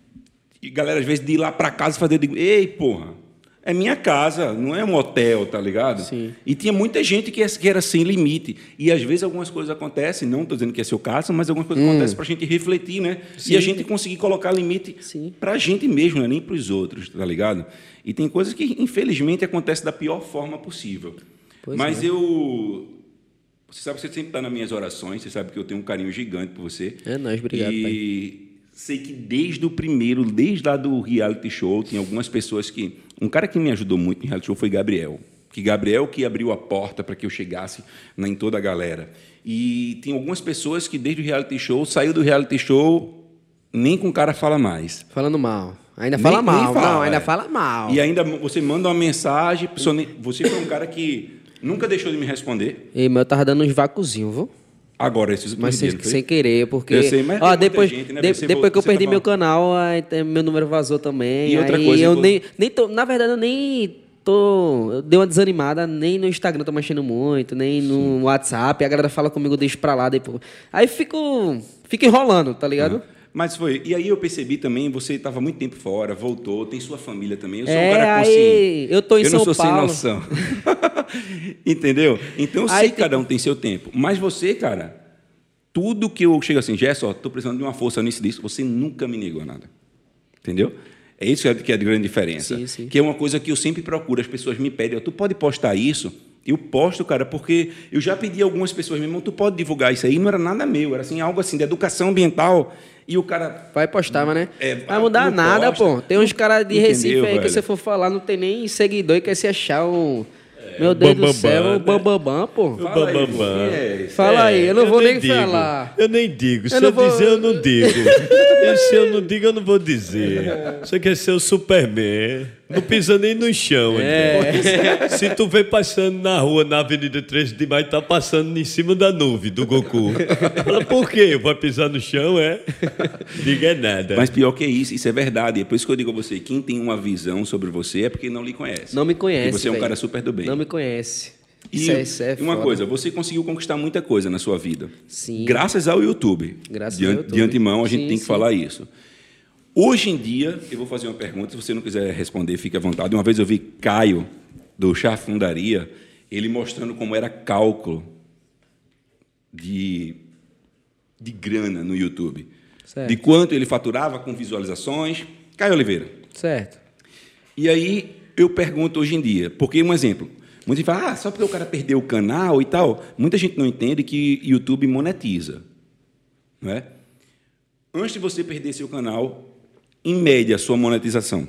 e galera, às vezes, de ir lá para casa fazer, eu digo, ei, porra, é minha casa, não é um hotel, tá ligado? Sim. E tinha muita gente que que era sem limite. E às vezes algumas coisas acontecem, não estou dizendo que é seu caso, mas algumas coisas acontecem para a gente refletir, né? Sim. E a gente conseguir colocar limite Sim. para a gente mesmo, não é nem para os outros, tá ligado? E tem coisas que, infelizmente, acontecem da pior forma possível. Pois mas é. eu. Você sabe que você sempre está nas minhas orações, você sabe que eu tenho um carinho gigante por você. É nóis, obrigado, E sei que desde o primeiro, desde lá do reality show, tem algumas pessoas que... Um cara que me ajudou muito no reality show foi Gabriel. Que Gabriel que abriu a porta para que eu chegasse na, em toda a galera. E tem algumas pessoas que desde o reality show, saiu do reality show, nem com o cara fala mais. Falando mal. Ainda Nem- fala nem mal. fala, não, ainda é. fala mal. E ainda você manda uma mensagem, a pessoa nem- você foi um cara que nunca deixou de me responder. Ei, mas eu tava dando uns vácuozinhos, viu? Agora, esses Mas sem, dias, não foi? sem querer, porque... Eu sei, mas tem ó, muita depois, gente, né? de- Você depois voltou- que eu você perdi tá meu falando- canal, aí tem- meu número vazou também. E outra aí coisa, eu quando- nem, nem tô... Na verdade, eu nem tô... Eu dei uma desanimada, nem no Instagram tô mexendo muito, nem no WhatsApp. A galera fala comigo, eu deixo pra lá. Depois. Aí fico... Fico enrolando, tá ligado? Mas foi. E aí eu percebi também, você estava muito tempo fora, voltou, tem sua família também. Eu sou É, um cara aí, consciente. eu tô em eu São não sou Paulo. sem noção. Entendeu? Então eu Aí sei tem- que cada um tem seu tempo. Mas você, cara, tudo que eu chego assim, Gerson, ó, tô precisando de uma força nisso disso, você nunca me negou nada. Entendeu? É isso que é- que é a grande diferença. Sim, sim. Que é uma coisa que eu sempre procuro. As pessoas me pedem, ó, tu pode postar isso? Eu posto, cara, porque eu já pedi a algumas pessoas, meu irmão, tu pode divulgar isso aí? Não era nada meu, era assim, algo assim de educação ambiental. E o cara Vai postar, mas né? É, vai mudar não nada, posta. pô. Tem uns caras de Entendeu, Recife aí que velho? você for falar, não tem nem seguidor e quer se achar um... Meu Deus do bambambam, céu, o né? bambambam, pô. Fala aí, Bambambam. pô, quem é esse? Fala aí, eu não vou nem digo. falar. Eu nem digo. Se eu, não vou- dizer, eu não digo. E se eu não digo, eu não vou dizer. Você quer ser o Superman. Não pisa nem no chão. É. Se tu vê passando na rua, na Avenida treze de Maio, tá passando em cima da nuvem do Goku. Fala, por quê? Vai pisar no chão, é? Diga é nada. Mas pior que isso, isso é verdade. É por isso que eu digo a você, quem tem uma visão sobre você é porque não lhe conhece. Não me conhece, E você é um velho. cara super do bem. Não me conhece. E Isso é, isso é uma foda. coisa, você conseguiu conquistar muita coisa na sua vida. Sim. Graças ao YouTube. Graças de, ao an- YouTube. De antemão, a gente Sim, tem que sim. falar isso. Hoje em dia, eu vou fazer uma pergunta, se você não quiser responder, fique à vontade. Uma vez eu vi Caio, do Chafundaria, ele mostrando como era cálculo de, de grana no YouTube. Certo. De quanto ele faturava com visualizações. Caio Oliveira. Certo. E aí eu pergunto hoje em dia, porque um exemplo, muita gente fala, ah, só porque o cara perdeu o canal e tal, muita gente não entende que YouTube monetiza, não é? Antes de você perder seu canal, em média, a sua monetização.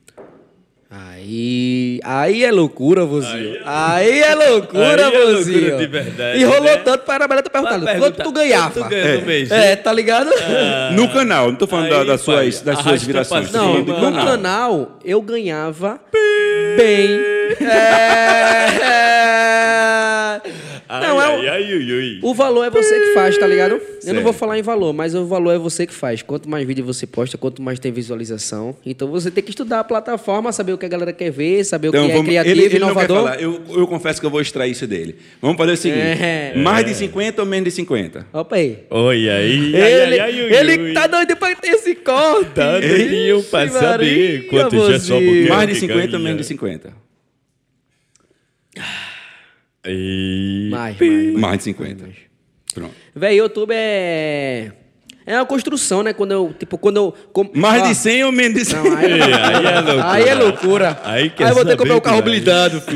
Aí, aí é loucura, vozinho. Aí é loucura, Aí é loucura vozinho. de verdade, E rolou né? tanto para a Bela tá perguntando, Vai quanto perguntar, tu ganhava? quanto tu ganha no mês, É, tá ligado? No canal, não estou falando da- Aí, das suas, pai, das suas arrasta virações, pra estou Não, falando cima. do no canal. canal eu ganhava bem. É, é. Não, Ai, é, ai, ai, ui, ui. O valor é você que faz, tá ligado? Eu Certo. não vou falar em valor, mas o valor é você que faz. Quanto mais vídeo você posta, quanto mais tem visualização. Então você tem que estudar a plataforma, saber o que a galera quer ver, saber Então, o que vamos- é criativo, ele, ele não quer inovador. falar. Eu, eu confesso que eu vou extrair isso dele. Vamos fazer o seguinte: É. mais de cinquenta ou menos de cinquenta? Opa aí. Oi, aí, ai, Ele, ai, ai, ui, ele ui. tá doido pra ter esse corte. Tá doidinho pra Ixi, saber Maria, quanto já só mozinho. porque Mais de que cinquenta ou ganha. menos de cinquenta? E... Mais, mais. Mais de cinquenta. Pronto. Véi, YouTube é... É uma construção, né? Quando eu, tipo, quando eu... Com... Mais Ó, de cem ou menos de cem? Não, aí, Aí é loucura. Aí é loucura. Aí quer Aí eu vou ter que saber comprar o carro demais. blindado, filho.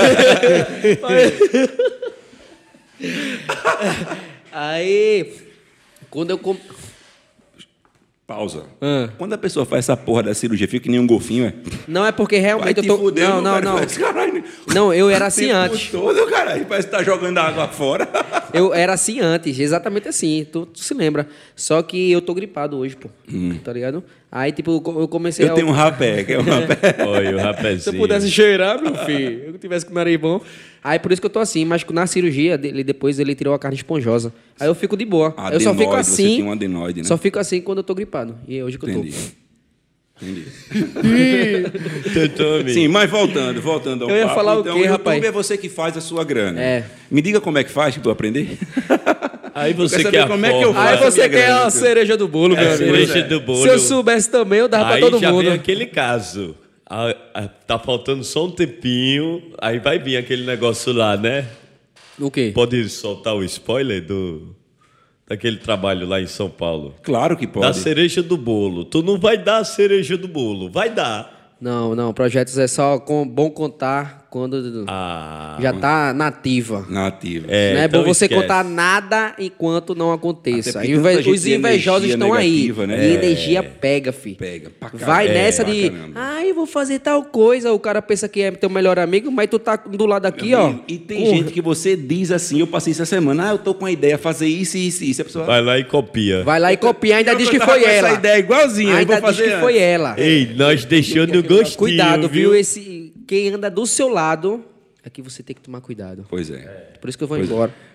Aí, quando eu... Com... Pausa. Ah. Quando a pessoa faz essa porra da cirurgia, fica que nem um golfinho, é? Não, é porque Vai realmente te eu tô... fuder, não, não, cara. não. Faz, caralho, Não, eu era o assim tempo antes. todo, caralho. Parece que tá jogando água fora. Eu era assim antes, exatamente assim. Tu, tu se lembra. Só que eu tô gripado hoje, pô. Tá ligado? Aí, tipo, eu co- eu comecei Hum. Eu a... tenho um rapé, que é um rapé. Oi, o Se rapazinho. eu pudesse cheirar, meu filho, eu tivesse com o nariz bom. Aí por isso que eu tô assim, mas na cirurgia, dele, depois ele tirou a carne esponjosa. Aí eu fico de boa. eu só fico Adenoide, você assim. tem um adenoide, né? Só fico assim quando eu tô gripado. E é hoje que eu Entendi. tô. Entendi. Tentou, amigo. Sim, mas voltando, voltando ao Eu ia papo, falar o então, quê, o YouTube rapaz? é você que faz a sua grana. É. Me diga como é que faz pra eu aprender. Aí você Eu quero quer saber como é que eu forma. Aí faço a você minha quer grana, a filho. cereja do bolo, meu É, amigo. cereja é. do bolo. Se eu soubesse também, eu dava Aí pra todo já mundo. vem aquele caso. Ah, ah, tá faltando só um tempinho, aí vai vir aquele negócio lá, né? O quê? Pode soltar o spoiler do daquele trabalho lá em São Paulo? Claro que Da pode. cereja do bolo. Tu não vai dar a cereja do bolo, vai dar. Não, não. Projetos é só com, bom contar quando Ah, já tá nativa. Nativa. É, não é então bom você esquece. contar nada enquanto não aconteça. Até porque Inve- tanta gente Os de invejosos energia estão aí. negativa, né? E É. energia pega, filho. Pega pra caramba. Vai É, nessa pra de. caramba. Ai, vou fazer tal coisa. O cara pensa que é teu melhor amigo, mas tu tá do lado aqui, ó. E tem com- gente que você diz assim, eu passei essa semana, ah, eu tô com a ideia, fazer isso, isso, isso. A pessoa vai lá e copia. Vai lá e copia, ainda Eu diz que tava foi com ela. essa ideia igualzinha, eu Ainda vou diz fazer que foi antes. ela. Ei, nós deixando o gostinho, Cuidado, viu? viu? Esse, quem anda do seu lado é que você tem que tomar cuidado. Pois é. Por isso que eu vou Pois é. embora.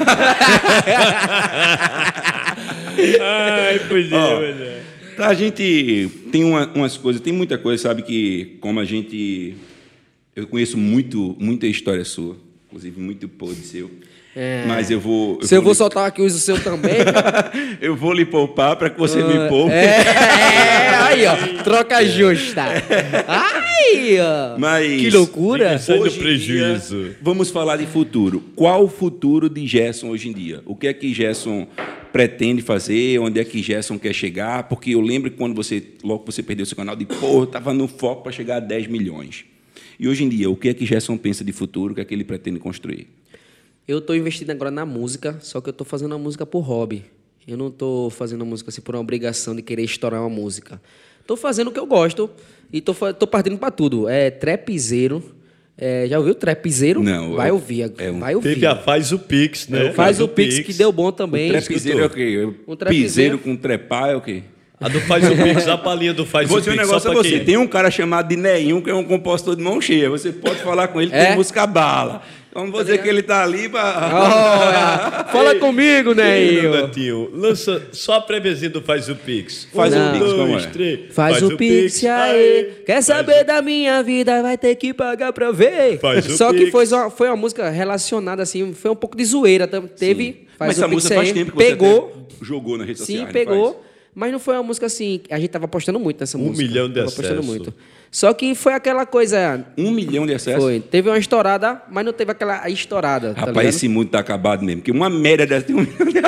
Ai, pois é, Ó, pois é. Tá, a gente tem uma- umas coisas, tem muita coisa, sabe, que como a gente... Eu conheço muito, muita história sua, inclusive muito podre seu. É. Mas eu vou... Se eu vou lhe- soltar aqui o seu também. eu vou lhe poupar para que você me poupe. É, aí, ó. Troca justa. Ai, ó. Mas... Que loucura. Sai do Hoje em prejuízo. dia, vamos falar de futuro. Qual o futuro de Gerson hoje em dia? O que é que Gerson pretende fazer? Onde é que Gerson quer chegar? Porque eu lembro que quando você, logo que você perdeu seu canal, de pô, eu estava no foco para chegar a dez milhões. E hoje em dia, o que é que Gerson pensa de futuro? O que é que ele pretende construir? Eu estou investindo agora na música, só que eu estou fazendo a música por hobby. Eu não estou fazendo a música assim por uma obrigação de querer estourar uma música. Estou fazendo o que eu gosto e estou partindo para tudo. É trapzeiro. É, já ouviu trapzeiro? Não, Vai é- ouvir. é um- vai ouvir. Teve a Faz o Pix, né? Faz o Pix que deu bom também. Trepizeiro é o quê? Um trepizeiro. Piseiro com trepar é o quê? A do Faz o Pix, a palhinha do Faz Vou o dizer um Pix. negócio só a pra você. quem- Tem um cara chamado de Neinho, que é um compositor de mão cheia. Você pode falar com ele, É? tem música bala. Então, não vou dizer que ele tá ali para... Olha, fala comigo, né, Ei, eu. Netinho, lança só a prevezinha do Faz o Pix. Faz o um, Pix, dois, como é? três. Faz, o Pix aí. Quer Faz saber o- da minha vida? Vai ter que pagar pra ver. Faz o Só que Pix. foi uma, foi uma música relacionada, assim, foi um pouco de zoeira. tam- Teve. Faz Mas o essa Pix música faz aí, tempo que você pegou. até jogou nas redes Sim, sociais, não pegou. faz? Mas não foi uma música assim. A gente tava apostando muito nessa Um música. milhão de Tava apostando acesso. muito. Só que foi aquela coisa. Um milhão de acessos? Foi. Teve uma estourada, mas não teve aquela estourada. tá Rapaz, ligado? esse mundo tá acabado mesmo. Porque uma média dessa tem um milhão de...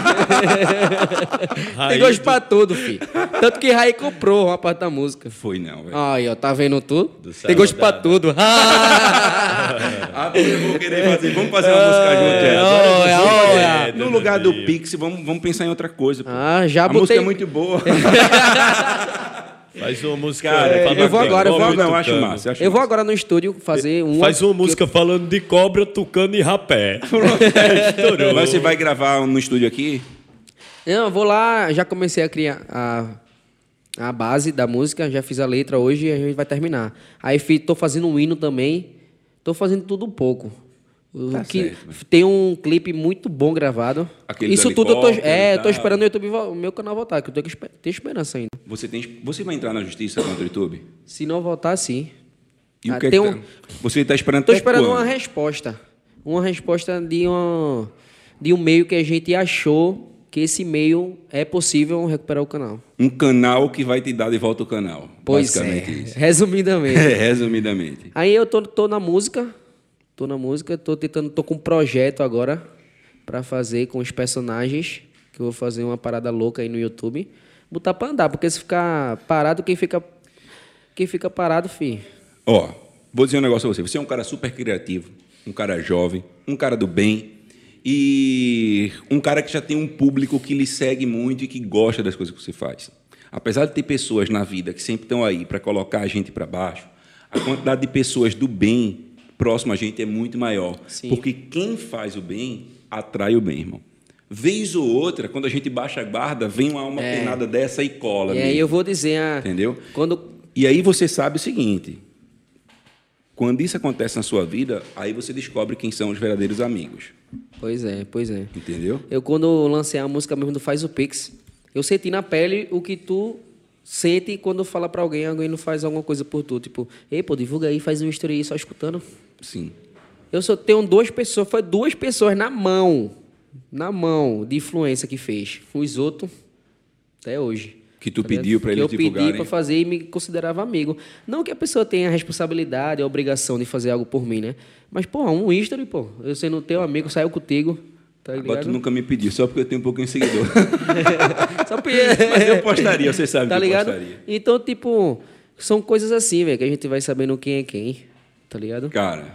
Tem Raí gosto do- pra tudo, filho. Tanto que Raí comprou uma parte da música. Foi não, velho. Aí, ó, tá vendo tudo? Do Tem gosto céu pra da- tudo. Ah, porque eu vou querer fazer. Vamos fazer uma música junto. É, é. olha, Agora, olha. é, No lugar do Pix, vamos, vamos pensar em outra coisa. Pô. Ah, já a botei- música é muito boa. Faz uma música. Cara, falando eu vou de agora, eu vou- cobra e Não, eu acho tucano. massa. Eu, acho Eu vou massa. agora no estúdio fazer uma. Faz uma que música falando de cobra, tucano e rapé. Estourou. Mas você vai gravar no estúdio aqui? Eu, não, eu vou lá, já comecei a criar a, a base da música, já fiz a letra hoje e a gente vai terminar. Aí fi- tô fazendo um hino também. Tô fazendo tudo um pouco. O Tá que certo, mano. tem um clipe muito bom gravado. Aquele Isso do tudo eu tô, helicóptero é, e eu tô tal. esperando o YouTube, vo- o meu canal voltar, que eu tô com esper- tenho esperança ainda. Você, tem, você vai entrar na justiça contra o YouTube? Se não voltar, sim. E Ah, o que é tem que um- tá- Você está esperando Tô até esperando quando? uma resposta. Uma resposta de, uma, de um meio que a gente achou que esse meio é possível recuperar o canal. Um canal que vai te dar de volta o canal. Pois é. basicamente isso. Resumidamente. É, resumidamente. Aí eu tô, tô na música, tô na música, tô tentando, tô com um projeto agora pra fazer com os personagens, que eu vou fazer uma parada louca aí no YouTube, botar pra andar, porque se ficar parado, quem fica quem fica parado, fi. Ó, vou dizer um negócio a você. Você é um cara super criativo, um cara jovem, um cara do bem e um cara que já tem um público que lhe segue muito e que gosta das coisas que você faz. Apesar de ter pessoas na vida que sempre estão aí para colocar a gente para baixo, a quantidade de pessoas do bem próximo a gente é muito maior. Sim. Porque quem faz o bem atrai o bem, irmão. Vez ou outra, quando a gente baixa a guarda, vem uma alma É. penada dessa e cola. E aí mesmo. eu vou dizer, a, Entendeu? quando E aí você sabe o seguinte: quando isso acontece na sua vida, aí você descobre quem são os verdadeiros amigos. Pois é, pois é. Entendeu? Eu, quando lancei a música mesmo do Faz o Pix, eu senti na pele o que tu sente quando fala pra alguém, alguém não faz alguma coisa por tu. Tipo, ei, pô, divulga aí, faz um story aí só escutando. Sim. Eu só tenho duas pessoas, foi duas pessoas na mão, na mão, de influência que fez. Os outros, até hoje. Que tu Tá ligado? pediu para Que eles eu pedi divulgarem. pra fazer e me considerava amigo. Não que a pessoa tenha a responsabilidade, a obrigação de fazer algo por mim, né? Mas, pô, um history, pô. Eu sendo teu amigo, saiu contigo. Tá ligado? Agora tu nunca me pediu, só porque eu tenho um pouquinho de seguidor. Só porque... Mas eu postaria, você sabe Tá que eu ligado? postaria. Então, tipo, são coisas assim, velho, que a gente vai sabendo quem é quem. Tá ligado? Cara,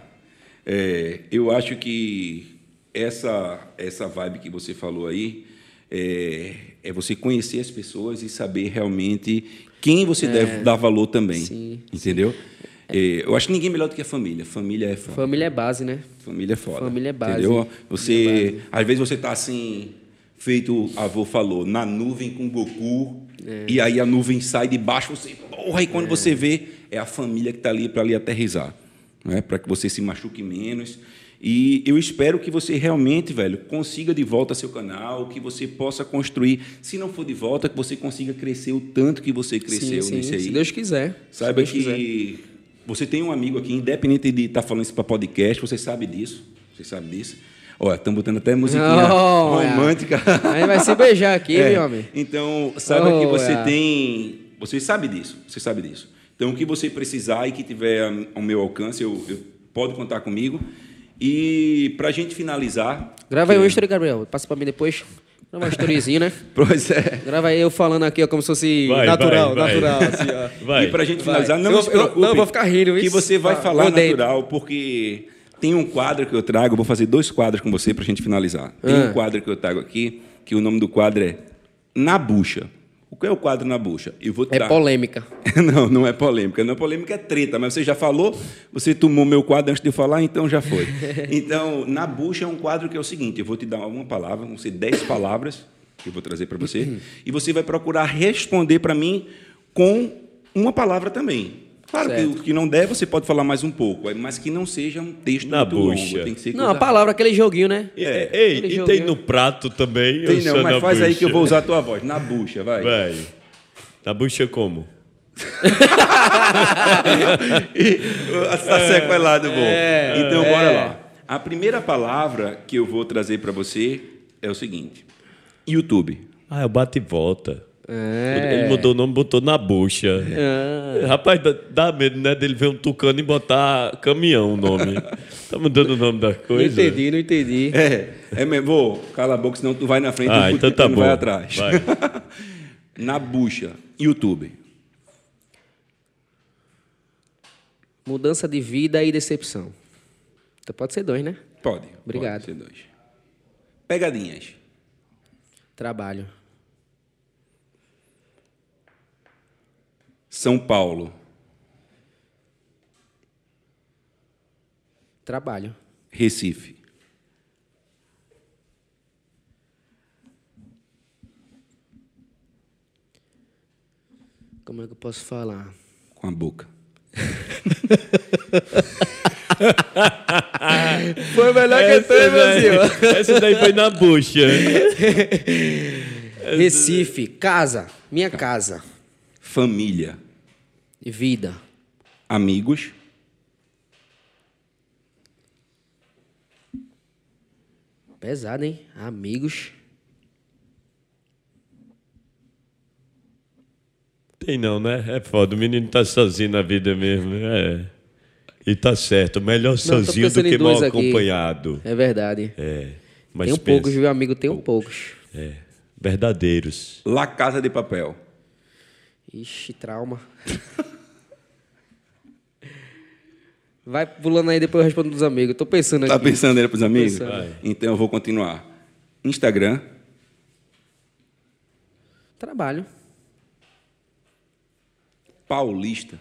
é, eu acho que essa, essa vibe que você falou aí é, é você conhecer as pessoas e saber realmente quem você deve dar valor também. Sim, Entendeu? É, eu acho que ninguém é melhor do que a família. Família é foda. Família é base, né? Família é foda. Família é base. Entendeu? Você, Família é base. às vezes você tá assim, feito o avô falou, na nuvem com Goku, É. e aí a nuvem sai de baixo, você, porra, e quando você vê, é a família que tá ali para ali aterrissar, né? Para que você se machuque menos. E eu espero que você realmente, velho, consiga de volta seu canal, que você possa construir, se não for de volta, que você consiga crescer o tanto que você cresceu sim, sim, nesse aí. se Deus quiser. Saiba se que Deus quiser. você tem um amigo aqui, independente de estar falando isso para podcast, você sabe disso. Você sabe disso. Olha, estamos botando até musiquinha Oh, romântica. Aí vai se beijar aqui, É, meu homem. Então, saiba Oh, que você é. tem. Você sabe disso. Você sabe disso. Então, o que você precisar e que tiver ao meu alcance, eu, eu pode contar comigo. E para a gente finalizar. Grava aí que- um story, Gabriel. Passa pra mim depois. Grava um storyzinho, né? Pois é. Grava aí eu falando aqui, ó, como se fosse Vai, natural, vai, vai. natural, assim, ó. Vai. E para a gente Vai. finalizar, não Eu- se eu- preocupe. não, eu vou ficar rindo, Que isso. você vai Ah, falar odeio. natural, porque tem um quadro que eu trago, eu vou fazer dois quadros com você para a gente finalizar. Tem Ah. um quadro que eu trago aqui, que o nome do quadro é Na Bucha. O que é o quadro Na Bucha? Eu vou É dar... polêmica. Não, não é polêmica. Não é polêmica, é treta. Mas você já falou, você tomou meu quadro antes de eu falar, então já foi. Então, Na Bucha é um quadro que é o seguinte, eu vou te dar uma palavra, vão ser dez palavras que eu vou trazer para você, e você vai procurar responder para mim com uma palavra também. Claro que Certo. o que não der, você pode falar mais um pouco, mas que não seja um texto Na muito bucha. longo. Tem que ser Não, coisa a palavra, aquele joguinho, né? É. Ei, Aquele e jogo, tem né? no prato também? Tem ou não, só mas na faz aí bucha? que eu vou usar a tua voz. Na bucha, vai. Vai. Na bucha como? Está sequelado, bom. É, Então, bora é. lá. A primeira palavra que eu vou trazer para você é o seguinte: YouTube. Ah, é o bate e volta. É. Ele mudou o nome, botou na bucha. Ah. Rapaz, dá, dá medo, né? Dele ver um tucano e botar caminhão o nome. Tá mudando o nome da Não coisa? entendi, não entendi. É, é mesmo. Vou, cala a boca, senão tu vai na frente Ah, e o então tá tucano bom. vai atrás. Vai. Na bucha. YouTube. Mudança de vida e decepção. Então pode ser dois, né? Pode. Obrigado. Pode ser dois. Pegadinhas. Trabalho. São Paulo. Trabalho. Recife. Como é que eu posso falar? Com a boca. Foi melhor que tu, hein, Brasil? Essa daí foi na bucha. Recife, casa, minha casa. Família. Vida. Amigos. Pesado, hein? Amigos. Tem não, né? É foda. O menino tá sozinho na vida mesmo. É. E tá certo. Melhor Não, sozinho do que mal acompanhado. É verdade. É. Mas Tem um pensa, poucos, viu, amigo? Tem um poucos. É. Verdadeiros. La Casa de Papel. Ixi, trauma. Vai pulando aí, depois eu respondo dos amigos. Tô pensando aqui. Tá pensando aí pros amigos? Pensando. Então eu vou continuar. Instagram. Trabalho. Paulista.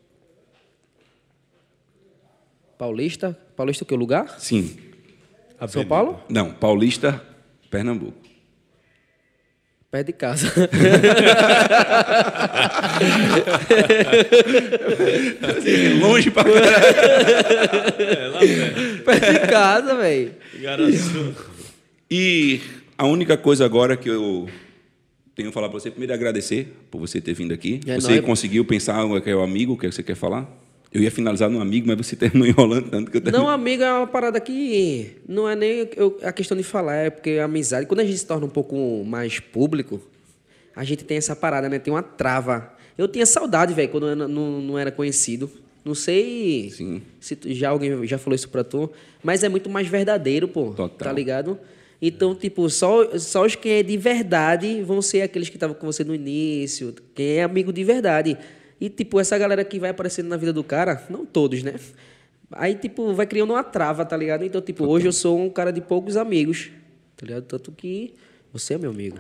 Paulista. Paulista o que? O lugar? Sim. São Paulo? Não, Paulista, Pernambuco. Perto de casa. Longe pra caralho. É, lá perto. Perto de casa, velho. Garaçu. E a única coisa agora que eu tenho que falar para você, primeiro é agradecer por você ter vindo aqui. É você nóis. conseguiu pensar o que é o amigo, o que você quer falar? Eu ia finalizar no amigo, mas você terminou enrolando tanto que eu terminei. Não, amigo, é uma parada que não é nem eu- a questão de falar, é porque a amizade, quando a gente se torna um pouco mais público, a gente tem essa parada, né? Tem uma trava. Eu tinha saudade, velho, quando eu não, não, não era conhecido. Não sei Sim. se tu- já alguém já falou isso pra tu, mas é muito mais verdadeiro, pô. Total. Tá ligado? Então, tipo, só, só os que é de verdade vão ser aqueles que estavam com você no início, quem é amigo de verdade. E, tipo, essa galera que vai aparecendo na vida do cara, não todos, né? Aí, tipo, vai criando uma trava, tá ligado? Então, tipo, hoje eu sou um cara de poucos amigos, tá ligado? Tanto que você é meu amigo.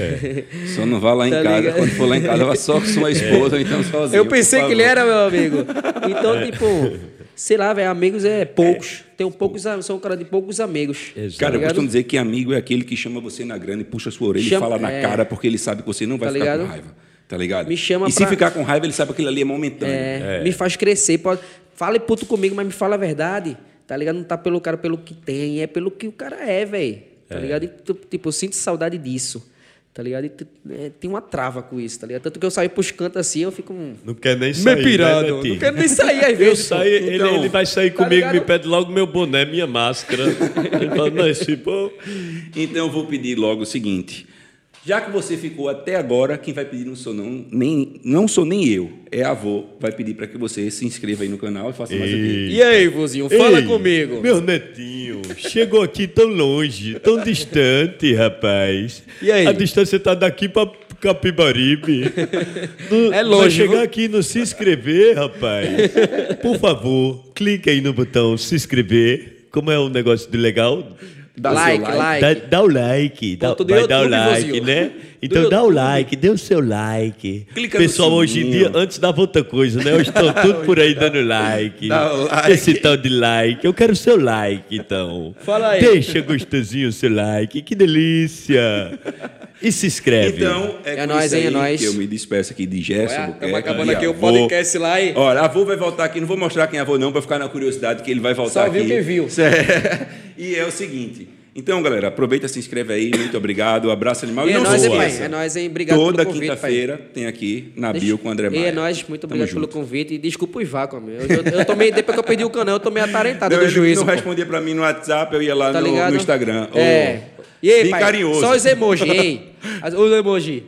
Só não vá lá em Tá casa. ligado? Quando for lá em casa, vá só com sua esposa ou então sozinho. Eu pensei por que ele favor. era meu amigo. Então, tipo, sei lá, velho, amigos é poucos. Tenho poucos, am- sou um cara de poucos amigos. Exato. Cara, eu ligado? costumo dizer que amigo é aquele que chama você na grana e puxa sua orelha Chama- e fala na é. cara, porque ele sabe que você não vai Tá ficar ligado? com raiva. Tá ligado? Me chama e se pra- ficar com raiva, ele sabe que aquilo ali é momentâneo. É, me faz crescer. Pode... Fale puto comigo, mas me fala a verdade. Tá ligado? Não tá pelo cara pelo que tem, é pelo que o cara é, velho. Tá ligado? E, tu- tipo, eu sinto saudade disso. Tá ligado? E tu- é, tem uma trava com isso, tá ligado? Tanto que eu saio pros cantos assim, eu fico um... Não quer nem sair, meio pirado. né, Não Netinho? quero nem sair às Eu vezes. pô. saio, ele, Então, ele vai sair tá comigo, ligado? me pede logo meu boné, minha máscara. Ele fala, não, esse pô... Então eu vou pedir logo o seguinte. Já que você ficou até agora, quem vai pedir não sou não, nem, não sou nem eu, é a avô. Vai pedir para que você se inscreva aí no canal e faça mais aqui. E aí, vozinho, fala Ei, comigo. Meu netinho, chegou aqui tão longe, tão distante, rapaz. E aí? A distância tá daqui pra Capibaribe. Não- É Vai longe, chegar viu? aqui e não se inscrever, rapaz. Por favor, clique aí no botão se inscrever. Como é um negócio de legal? Dá like, seu like. Dá, dá o like, dá, Ponto do vai dar o YouTube, like, vozinho. né? Do Então dá o YouTube. like, dê o seu like. Clica no Pessoal, hoje em sininho. dia, antes dava outra coisa, né? Hoje estão tudo por aí dando like. Dá o like. Esse tal de like. Eu quero o seu like, então. Fala aí. Deixa gostosinho o seu like. Que delícia. E se inscreve. Então, é, É com nóis, isso hein, é aí nóis. que eu me despeço aqui de Gerson. Olha, Albuquerque, estamos acabando de aqui o avô. podcast lá e... Olha, a avô vai voltar aqui, não vou mostrar quem é avô não, para ficar na curiosidade que ele vai voltar Só aqui. viu quem viu. Certo. E é o seguinte, então, galera, aproveita, se inscreve aí, muito obrigado, abraço animal. E é não nóis, se hein, pai? esqueça, É nóis, hein? Obrigado toda pelo convite, quinta-feira tem aqui na Deixa- Bio com o André Maia. E é nóis, muito Tamo obrigado junto. pelo convite. E desculpa o vácuo, amigo. Eu, eu, eu tomei, depois que eu perdi o canal, eu tomei atarentado Não, do ele juízo. não pô. respondia para mim no WhatsApp, eu ia lá Tá no, ligado? no Instagram. É. Ô, E aí, bem pai? carinhoso. Só os emojis, ei. As- Os emojis.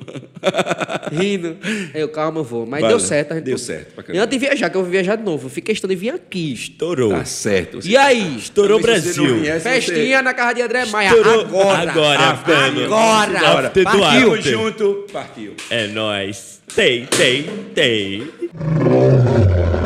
Rindo. Eu, calma, eu vou. Mas Valeu. deu certo. A gente... Deu certo pra E caramba. antes de viajar, que eu vou viajar de novo. Eu fiquei questão de vir aqui. Estourou. Tá certo. E aí? Estourou o Também, se você não Brasil. viesse, Festinha na casa de André Maia. Estourou Agora. agora, Agora. After Agora. do Partiu. after. Tamo junto. Partiu. É nóis. Tem, tem, tem.